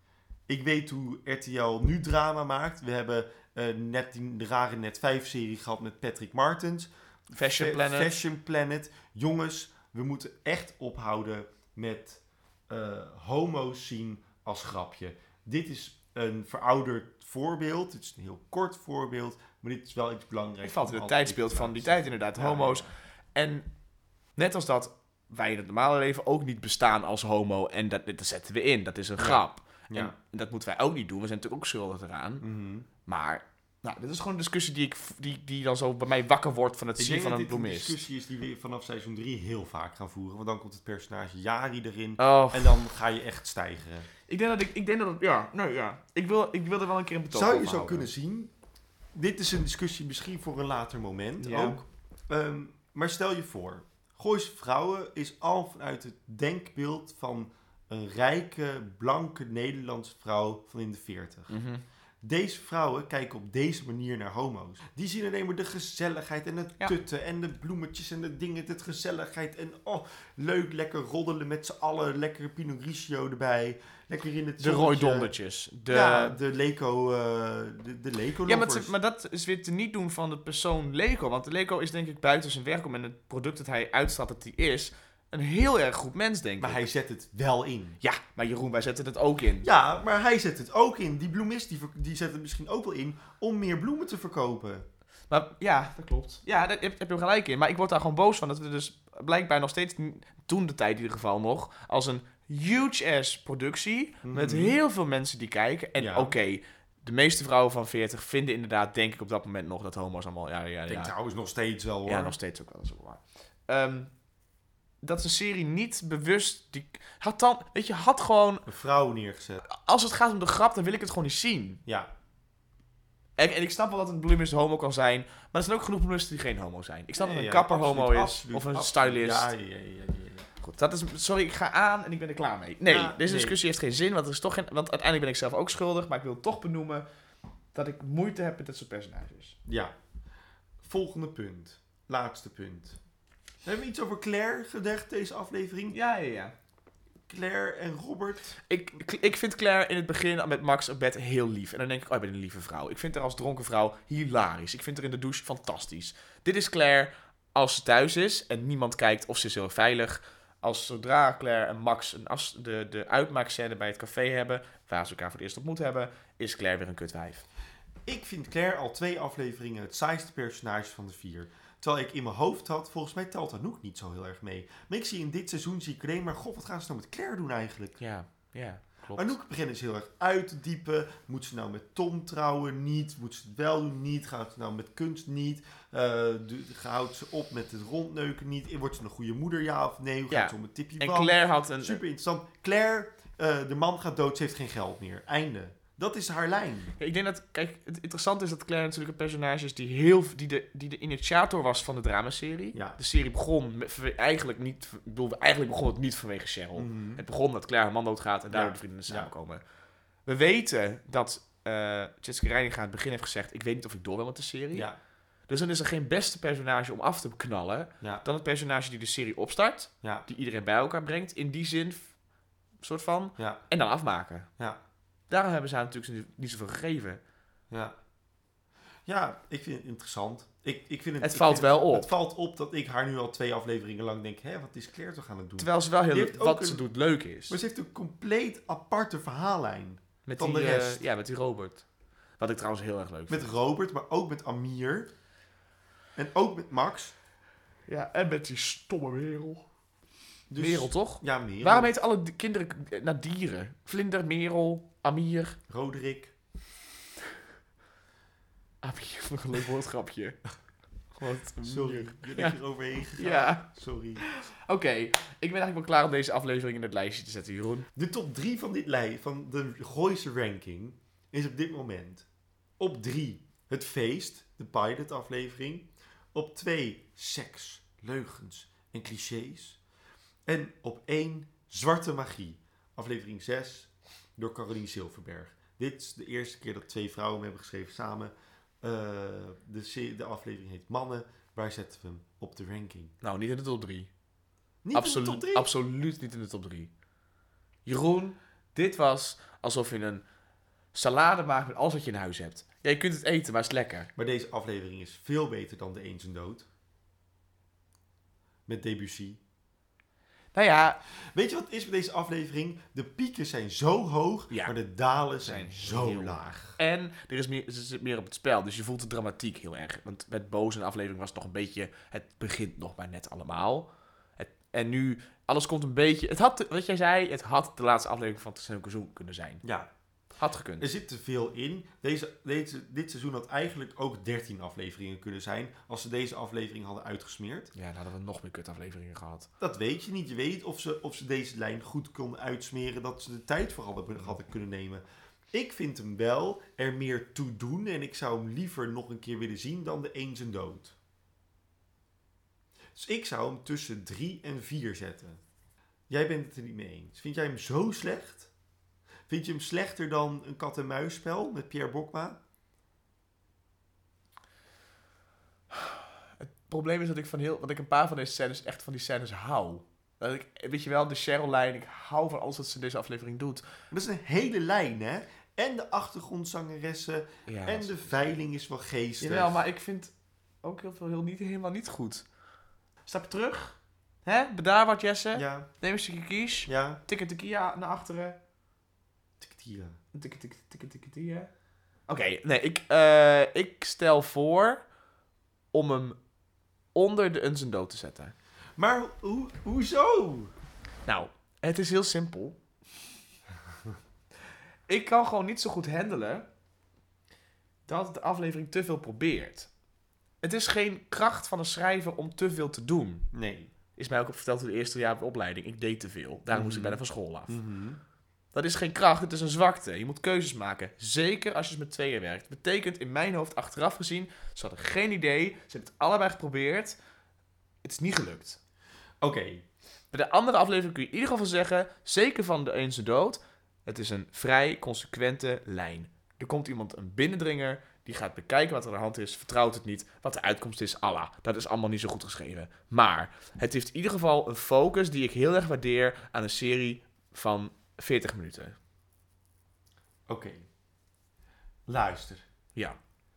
ik weet hoe R T L nu drama maakt. We hebben eh, net die rare Net vijf serie gehad met Patrick Martens. Fashion Fa- Planet. Fashion Planet. Jongens, we moeten echt ophouden met eh, homo's zien als grapje. Dit is een verouderd voorbeeld. Het is een heel kort voorbeeld. Maar dit is wel iets belangrijks. Het valt in om het altijd tijdsbeeld te van laten die zien. tijd inderdaad. Ja, Homo's. ja, ja. En net als dat wij in het normale leven ook niet bestaan als homo. En dat, dat zetten we in. Dat is een Ja. grap. Ja. En dat moeten wij ook niet doen. We zijn natuurlijk ook schuldig eraan. Mhm. Maar nou, dit is gewoon een discussie die, ik, die, die dan zo bij mij wakker wordt van het Ik zien denk van dat een dit een bloemist. discussie is die we vanaf seizoen drie heel vaak gaan voeren. Want dan komt het personage Jari erin. Oh, En dan ga je echt stijgeren. ik denk dat ik, ik denk dat het, ja, nee, ja. Ik wil, ik wil er wel een keer een betoog Zou je over zo houden. kunnen zien. Dit is een discussie misschien voor een later moment Ja. ook. Ehm, maar stel je voor. Gooise Vrouwen is al vanuit het denkbeeld van een rijke, blanke Nederlandse vrouw van in de veertig. Mhm. Deze vrouwen kijken op deze manier naar homo's. Die zien alleen maar de gezelligheid en het Ja. tutten en de bloemetjes en de dingen, het gezelligheid. En oh, leuk, lekker roddelen met z'n allen. Lekker Pinot Grigio erbij. Lekker in het De zonnetje. rooidondertjes. De... Ja, de Leco, eh, de, de Leco Ja, maar, lovers. het- maar dat is weer te niet doen van de persoon Lego. Want de Lego is denk ik buiten zijn werk om en het product dat hij uitstraalt dat hij is, een heel erg goed mens, denk Maar ik. hij zet het wel in. Ja, maar Jeroen, wij zetten het ook in. Ja, maar hij zet het ook in. Die bloemist die, ver- die zet het misschien ook wel in om meer bloemen te verkopen. Maar ja, dat klopt. Ja, daar heb, heb je gelijk in. Maar ik word daar gewoon boos van dat we dus blijkbaar nog steeds, toen de tijd in ieder geval nog, als een huge-ass productie met Mhm. heel veel mensen die kijken. En Ja. oké, de meeste vrouwen van veertig vinden inderdaad, denk ik op dat moment nog, dat homo's allemaal, ja, ja, Ik denk ja. trouwens nog steeds wel hoor. Ja, nog steeds ook wel, dat is ook waar. Ehm, dat de serie niet bewust... Die, had dan, weet je, had gewoon... Een vrouw neergezet. Als het gaat om de grap, dan wil ik het gewoon niet zien. Ja. En, en ik snap wel dat een bloemist homo kan zijn, maar er zijn ook genoeg bloemisten die geen homo zijn. Ik snap Nee, dat een ja, kapper absoluut, homo is, absoluut, of een absoluut. stylist. Ja, ja, ja, ja, ja. Goed, dat is... Sorry, ik ga aan en ik ben er klaar mee. Nee, Ja, deze nee. discussie heeft geen zin, want, er is toch geen, want uiteindelijk ben ik zelf ook schuldig, maar ik wil toch benoemen dat ik moeite heb met dit soort personages. Ja. Volgende punt. Laatste punt. Hebben we iets over Claire gedacht deze aflevering? Ja, ja, ja. Claire en Robert. Ik, ik, ik vind Claire in het begin met Max op bed heel lief. En dan denk ik, oh, ik ben een lieve vrouw. Ik vind haar als dronken vrouw hilarisch. Ik vind haar in de douche fantastisch. Dit is Claire als ze thuis is en niemand kijkt of ze is heel veilig. Als zodra Claire en Max een as, de, de uitmaakscène bij het café hebben, waar ze elkaar voor het eerst ontmoet hebben, is Claire weer een kutwijf. Ik vind Claire al twee afleveringen het saaiste personage van de vier. Terwijl ik in mijn hoofd had, volgens mij telt Anouk niet zo heel erg mee. Maar ik zie in dit seizoen, zie ik alleen maar, god, wat gaan ze nou met Claire doen eigenlijk? Ja, ja, klopt. Anouk begint dus heel erg uit te diepen. Moet ze nou met Tom trouwen? Niet. Moet ze het wel doen? Niet. Gaat ze nou met kunst? Niet. Uh, houdt ze op met het rondneuken? Niet. Wordt ze een goede moeder? Ja of nee? Hoe gaat Ja. ze om met Tippy En Wan? Claire had een... Super interessant. Claire, uh, de man gaat dood, ze heeft geen geld meer. Einde. Dat is haar lijn. Ja, ik denk dat, kijk, het interessante is dat Claire natuurlijk een personage is die, heel, die, de, die de initiator was van de dramaserie. Ja. De serie begon met, eigenlijk niet, ik bedoel, eigenlijk begon het niet vanwege Cheryl. Mm-hmm. Het begon dat Claire haar man doodgaat en daardoor Ja. de vrienden Ja. samenkomen. We weten dat uh, Jessica Reininga aan het begin heeft gezegd, ik weet niet of ik door wil met de serie. Ja. Dus dan is er geen beste personage om af te knallen Ja. dan het personage die de serie opstart, Ja. die iedereen bij elkaar brengt, in die zin, soort van, Ja. en dan afmaken. Ja. Daarom hebben ze haar natuurlijk niet zoveel gegeven. Ja. Ja, ik vind het interessant. Ik, ik vind het, Het ik valt vind wel het, op. Het valt op dat ik haar nu al twee afleveringen lang denk, hé, wat is Claire toch aan het doen? Terwijl ze wel heel Die heeft ook wat een- ze doet leuk is. Maar ze heeft een compleet aparte verhaallijn. Met van die, de eh, rest. ja, met die Robert. Wat ik trouwens heel erg leuk Met vind. Robert, maar ook met Amir. En ook met Max. Ja, en met die stomme Merel. Dus, Merel, toch? Ja, Merel. Waarom heten alle di- kinderen naar dieren? Vlinder, Merel, Amir. Roderick. Amir, nog een leuk woordgrapje. Wat een Sorry, Mier. ben ik Ja. eroverheen gegaan? Ja. Sorry. Oké, ik ben eigenlijk wel klaar om deze aflevering in het lijstje te zetten, Jeroen. De top drie van dit lijst, van de Gooise ranking, is op dit moment op drie het feest, de pilot aflevering. Op twee seks, leugens en clichés. En op één zwarte magie, aflevering zes, door Caroline Silverberg. Dit is de eerste keer dat twee vrouwen me hebben geschreven samen. Uh, de, se- de aflevering heet Mannen. Waar zetten we hem op de ranking? Nou, niet in de top drie. Niet Absoluut, in de top drie? absoluut niet in de top drie. Jeroen, dit was alsof je een salade maakt met alles wat je in huis hebt. Ja, je kunt het eten, maar het is lekker. Maar deze aflevering is veel beter dan De Een Zijn Dood. Met Debussy. Nou ja, Weet je wat het is met deze aflevering? De pieken zijn zo hoog, Ja. maar de dalen zijn, Zijn zo heel laag. en er is meer, er zit meer op het spel, dus je voelt de dramatiek heel erg. Want met Boos in de aflevering was het nog een beetje, het begint nog maar net allemaal. Het, en nu, alles komt een beetje, het had, wat jij zei, het had de laatste aflevering van het seizoen kunnen zijn. Ja, Had gekund. er zit te veel in. Deze, deze, dit seizoen had eigenlijk ook dertien afleveringen kunnen zijn als ze deze aflevering hadden uitgesmeerd. Ja, dan hadden we nog meer kutafleveringen gehad. Dat weet je niet. Je weet of ze, of ze deze lijn goed konden uitsmeren, dat ze de tijd voor hadden, hadden kunnen nemen. Ik vind hem wel er meer toe doen en ik zou hem liever nog een keer willen zien dan De Een Zijn Dood. Dus ik zou hem tussen drie en vier zetten. Jij bent het er niet mee eens. Vind jij hem zo slecht? Vind je hem slechter dan een kat-en-muisspel met Pierre Bokma? Het probleem is dat ik van heel, dat ik een paar van deze scènes echt van die scènes hou. Dat ik, weet je wel, de Cheryl-lijn, ik hou van alles wat ze in deze aflevering doet. Dat is een hele lijn, hè? En de achtergrondzangeressen Ja, en de veiling is wel geestig. Jawel, maar ik vind ook heel veel heel niet, helemaal niet goed. Stap terug. Hè? Bedaar wat, Jesse. Ja, Neem een stukje kies. ja. Tikken tequila naar achteren. Tequila. Tikken tikken tikken tikken tikken. Oké, nee, ik, eh, ik stel voor om hem onder de Uns en Dood te zetten. Maar hoe, hoezo? Nou, het is heel simpel. Ik kan gewoon niet zo goed handelen dat de aflevering te veel probeert. Het is geen kracht van een schrijver om te veel te doen. Nee. is mij ook op verteld in het eerste jaar op de opleiding. Ik deed te veel. Daarom Mm-hmm. moest ik bijna van school af. Mm-hmm. Dat is geen kracht, het is een zwakte. Je moet keuzes maken. Zeker als je met tweeën werkt. Dat betekent in mijn hoofd achteraf gezien, ze hadden geen idee. Ze hebben het allebei geprobeerd. Het is niet gelukt. Oké. Okay. Bij de andere aflevering kun je in ieder geval zeggen, zeker van de een zijn dood, het is een vrij consequente lijn. Er komt iemand, een binnendringer, die gaat bekijken wat er aan de hand is, vertrouwt het niet, wat de uitkomst is, Allah. Dat is allemaal niet zo goed geschreven. Maar het heeft in ieder geval een focus die ik heel erg waardeer aan een serie van veertig minuten. Oké. Okay. Luister. Ja.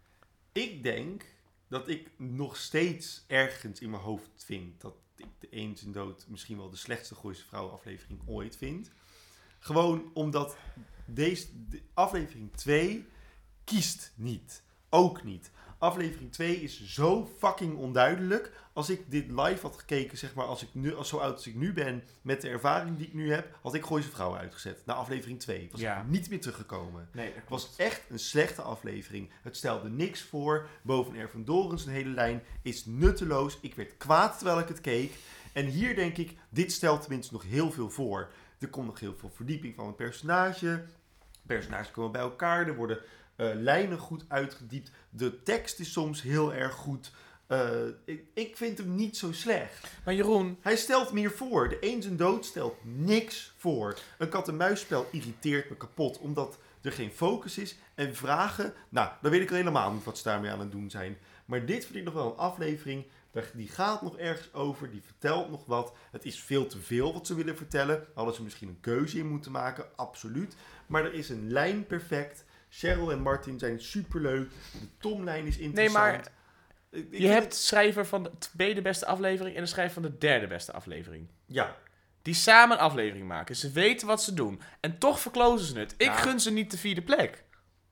Ik denk dat ik nog steeds ergens in mijn hoofd vind dat ik de Eens in Dood misschien wel de slechtste Gooise Vrouwen aflevering ooit vind. Gewoon omdat deze de aflevering twee kiest niet. Ook niet. Aflevering twee is zo fucking onduidelijk. Als ik dit live had gekeken, zeg maar, als ik nu, als zo oud als ik nu ben, met de ervaring die ik nu heb, had ik Gooise Vrouwen uitgezet. Na aflevering twee. Was Ja. ik niet meer teruggekomen. Nee, Het was echt een slechte aflevering. Het stelde niks voor. Boven Er van Dorens, een hele lijn, is nutteloos. Ik werd kwaad terwijl ik het keek. En hier denk ik, dit stelt tenminste nog heel veel voor. Er komt nog heel veel verdieping van het personage. Personages komen bij elkaar. Er worden uh, lijnen goed uitgediept. De tekst is soms heel erg goed. Uh, ik, ik vind hem niet zo slecht. Maar Jeroen... Hij stelt meer voor. De Eens en Dood stelt niks voor. Een kat-en-muisspel irriteert me kapot. Omdat er geen focus is. En vragen... Nou, dan weet ik al helemaal niet wat ze daarmee aan het doen zijn. Maar dit vind ik nog wel een aflevering... Die gaat nog ergens over. Die vertelt nog wat. Het is veel te veel wat ze willen vertellen. Hadden ze misschien een keuze in moeten maken. Absoluut. Maar er is een lijn perfect. Cheryl en Martin zijn superleuk. De Tom-lijn is interessant. Nee, maar... Ik je hebt de schrijver van de tweede beste aflevering en de schrijver van de derde beste aflevering. Ja. Die samen een aflevering maken. Ze weten wat ze doen. En toch verklozen ze het. Ik ja. gun ze niet de vierde plek.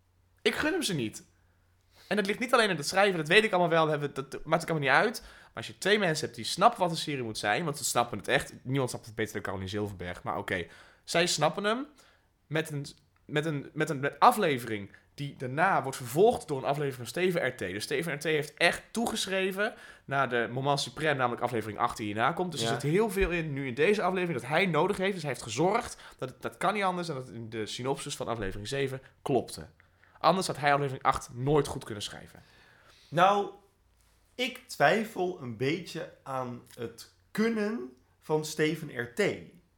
Ik gun hem ze niet. En dat ligt niet alleen in het schrijven, dat weet ik allemaal wel. Dat, dat maakt het allemaal niet uit. Maar als je twee mensen hebt die snappen wat een serie moet zijn, want ze snappen het echt. Niemand snapt het beter dan Caroline Zilverberg. Maar oké, okay. Zij snappen hem met een, met, een, met een aflevering die daarna wordt vervolgd door een aflevering van Steven R T. Dus Steven R T heeft echt toegeschreven naar de moment suprême, namelijk aflevering acht die hierna komt. Dus ja. Er zit heel veel in nu in deze aflevering dat hij nodig heeft. Dus hij heeft gezorgd, dat het, dat kan niet anders, en dat in de synopsis van aflevering zeven klopte. Anders had hij aflevering acht nooit goed kunnen schrijven. Nou, ik twijfel een beetje aan het kunnen van Steven R T.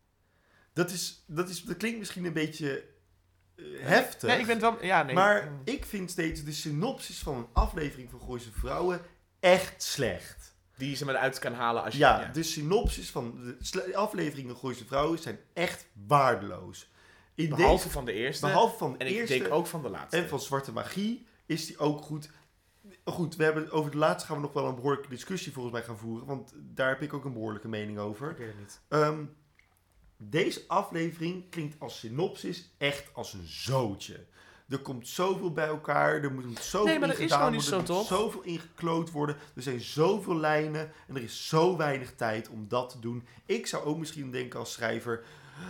Dat, is, dat, is, dat klinkt misschien een beetje uh, heftig. Nee, ik ben wel, ja, nee. Maar ik vind steeds de synopsis van een aflevering van Gooise Vrouwen echt slecht. Die ze maar uit kan halen als je... Ja, ja. De synopsis van de sle- afleveringen Gooise Vrouwen zijn echt waardeloos. In behalve deze, van de eerste. Behalve van de en eerste. ik denk ook van de laatste. En van Zwarte Magie is die ook goed. Goed, we hebben, over de laatste gaan we nog wel een behoorlijke discussie volgens mij gaan voeren. Want daar heb ik ook een behoorlijke mening over. Ik weet het niet. Um, deze aflevering klinkt als synopsis echt als een zootje. Er komt zoveel bij elkaar. Er moet zoveel nee, maar dat is gewoon niet worden, zo, toch? Er moet zoveel ingekloot worden. Er zijn zoveel lijnen. En er is zo weinig tijd om dat te doen. Ik zou ook misschien denken als schrijver...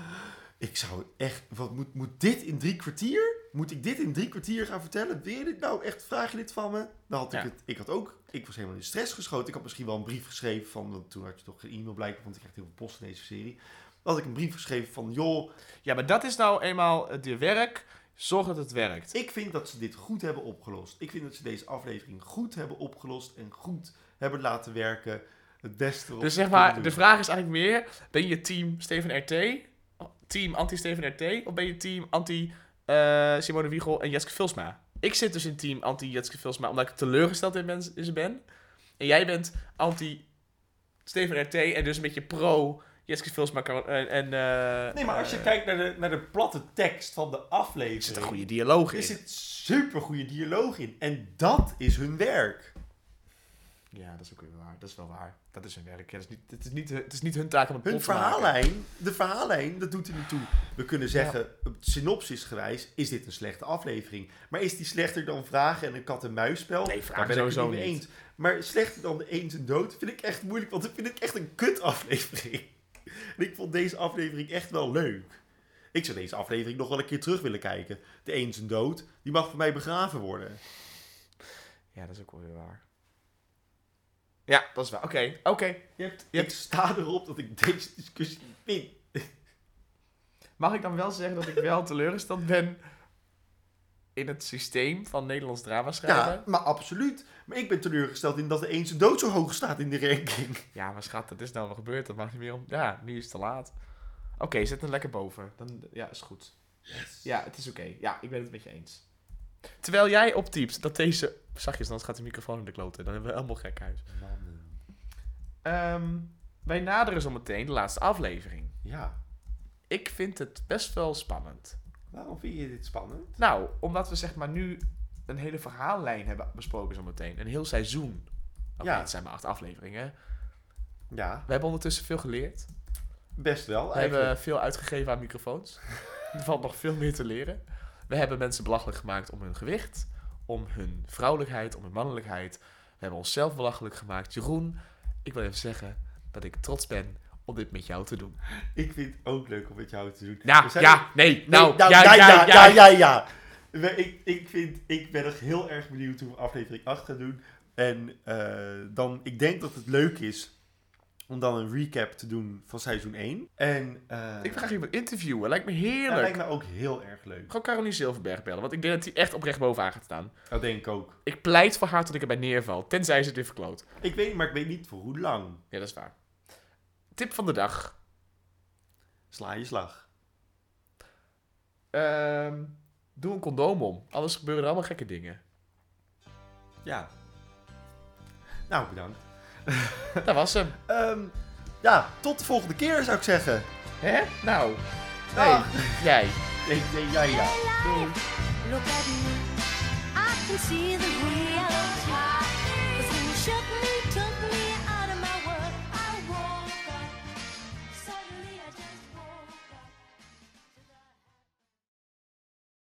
Ik zou echt... Wat moet, moet dit in drie kwartier? Moet ik dit in drie kwartier gaan vertellen? Wil je dit nou echt? Vraag je dit van me? Dan had ik ja. het... Ik had ook... Ik was helemaal in stress geschoten. Ik had misschien wel een brief geschreven van... Want toen had je toch geen e-mail blijkbaar. Want ik krijg heel veel post in deze serie. Dan had ik een brief geschreven van... Joh... Ja, maar dat is nou eenmaal het werk... Zorg dat het werkt. Ik vind dat ze dit goed hebben opgelost. Ik vind dat ze deze aflevering goed hebben opgelost. En goed hebben laten werken. Het beste. Dus zeg maar, de vraag is eigenlijk meer... Ben je team Steven R T? Team anti-Steven R T? Of ben je team anti-Simone uh, Wiegel en Jetske Vilsma? Ik zit dus in team anti-Jetske Vilsma... Omdat ik teleurgesteld in, ben, in ze ben. En jij bent anti-Steven R T... En dus een beetje pro... Jetske Vilsma kan, en... en uh, nee, maar als je uh, kijkt naar de, naar de platte tekst van de aflevering... Er zit een goede dialoog in. Er zit super goede dialoog in. En dat is hun werk. Ja, dat is ook weer waar. Dat is wel waar. Dat is hun werk. Ja, dat is niet, het, is niet, het is niet hun taak om het hun plot te maken. verhaallijn, de verhaallijn, dat doet er niet toe. We kunnen zeggen, ja. synopsisgewijs, is dit een slechte aflevering. Maar is die slechter dan Vragen en een kat-en-muisspel? Nee, Vragen ben ik het niet mee eens. Maar slechter dan de Eens en Dood vind ik echt moeilijk. Want dat vind ik echt een kut aflevering. En ik vond deze aflevering echt wel leuk. Ik zou deze aflevering nog wel een keer terug willen kijken. De Eens en Dood, die mag voor mij begraven worden. Ja, dat is ook wel weer waar. Ja, dat is waar. Oké, okay, oké. Okay. Je hebt, je Ik hebt... sta erop dat ik deze discussie niet win. Mag ik dan wel zeggen dat ik wel teleurgesteld ben in het systeem van Nederlands drama schrijven? Ja, maar absoluut. Maar ik ben teleurgesteld in dat de een zijn dood zo hoog staat in de ranking. Ja, maar schat, dat is nou wel gebeurd. Dat mag niet meer om. Ja, nu is het te laat. Oké, okay, zet hem lekker boven. Dan, ja, is goed. Yes. Ja, het is oké. Okay. Ja, ik ben het met je eens. Terwijl jij optypt dat deze... Zachtjes, anders gaat de microfoon in de kloten. Dan hebben we helemaal gek huis. Um, wij naderen zo meteen de laatste aflevering. Ja. Ik vind het best wel spannend. Waarom vind je dit spannend? Nou, omdat we zeg maar nu een hele verhaallijn hebben besproken zo meteen. Een heel seizoen. Oké, ja. Het zijn maar acht afleveringen. Ja. We hebben ondertussen veel geleerd. Best wel, We eigenlijk. hebben veel uitgegeven aan microfoons. Er valt nog veel meer te leren. We hebben mensen belachelijk gemaakt om hun gewicht, om hun vrouwelijkheid, om hun mannelijkheid. We hebben onszelf belachelijk gemaakt. Jeroen, ik wil even zeggen dat ik trots ben om dit met jou te doen. Ik vind het ook leuk om met jou te doen. Ja, ja, er... nee, nee, nou, nou ja, ja, ja, ja, ja, ja, ja, ja. Ik, ik, vind, ik ben nog heel erg benieuwd hoe we aflevering acht gaan doen. En uh, dan, ik denk dat het leuk is om dan een recap te doen van seizoen één. En, uh, ik ga graag iemand interviewen, lijkt me heerlijk. Dat lijkt me ook heel erg leuk. Gewoon Caroline Silverberg bellen, want ik denk dat die echt oprecht bovenaan gaat staan. Dat denk ik ook. Ik pleit voor haar tot ik erbij neerval, tenzij ze het weer verkloot. Ik weet, maar ik weet niet voor hoe lang. Ja, dat is waar. Tip van de dag. Sla je slag. Um, doe een condoom om, anders gebeuren er allemaal gekke dingen. Ja. Nou, bedankt. Dat was hem. Um, ja, tot de volgende keer zou ik zeggen. Hè? Nou. Nee, Ah. jij. Nee, nee, jij, ja. Doei. Look at me, I can see the real time. 'Cause when you shut me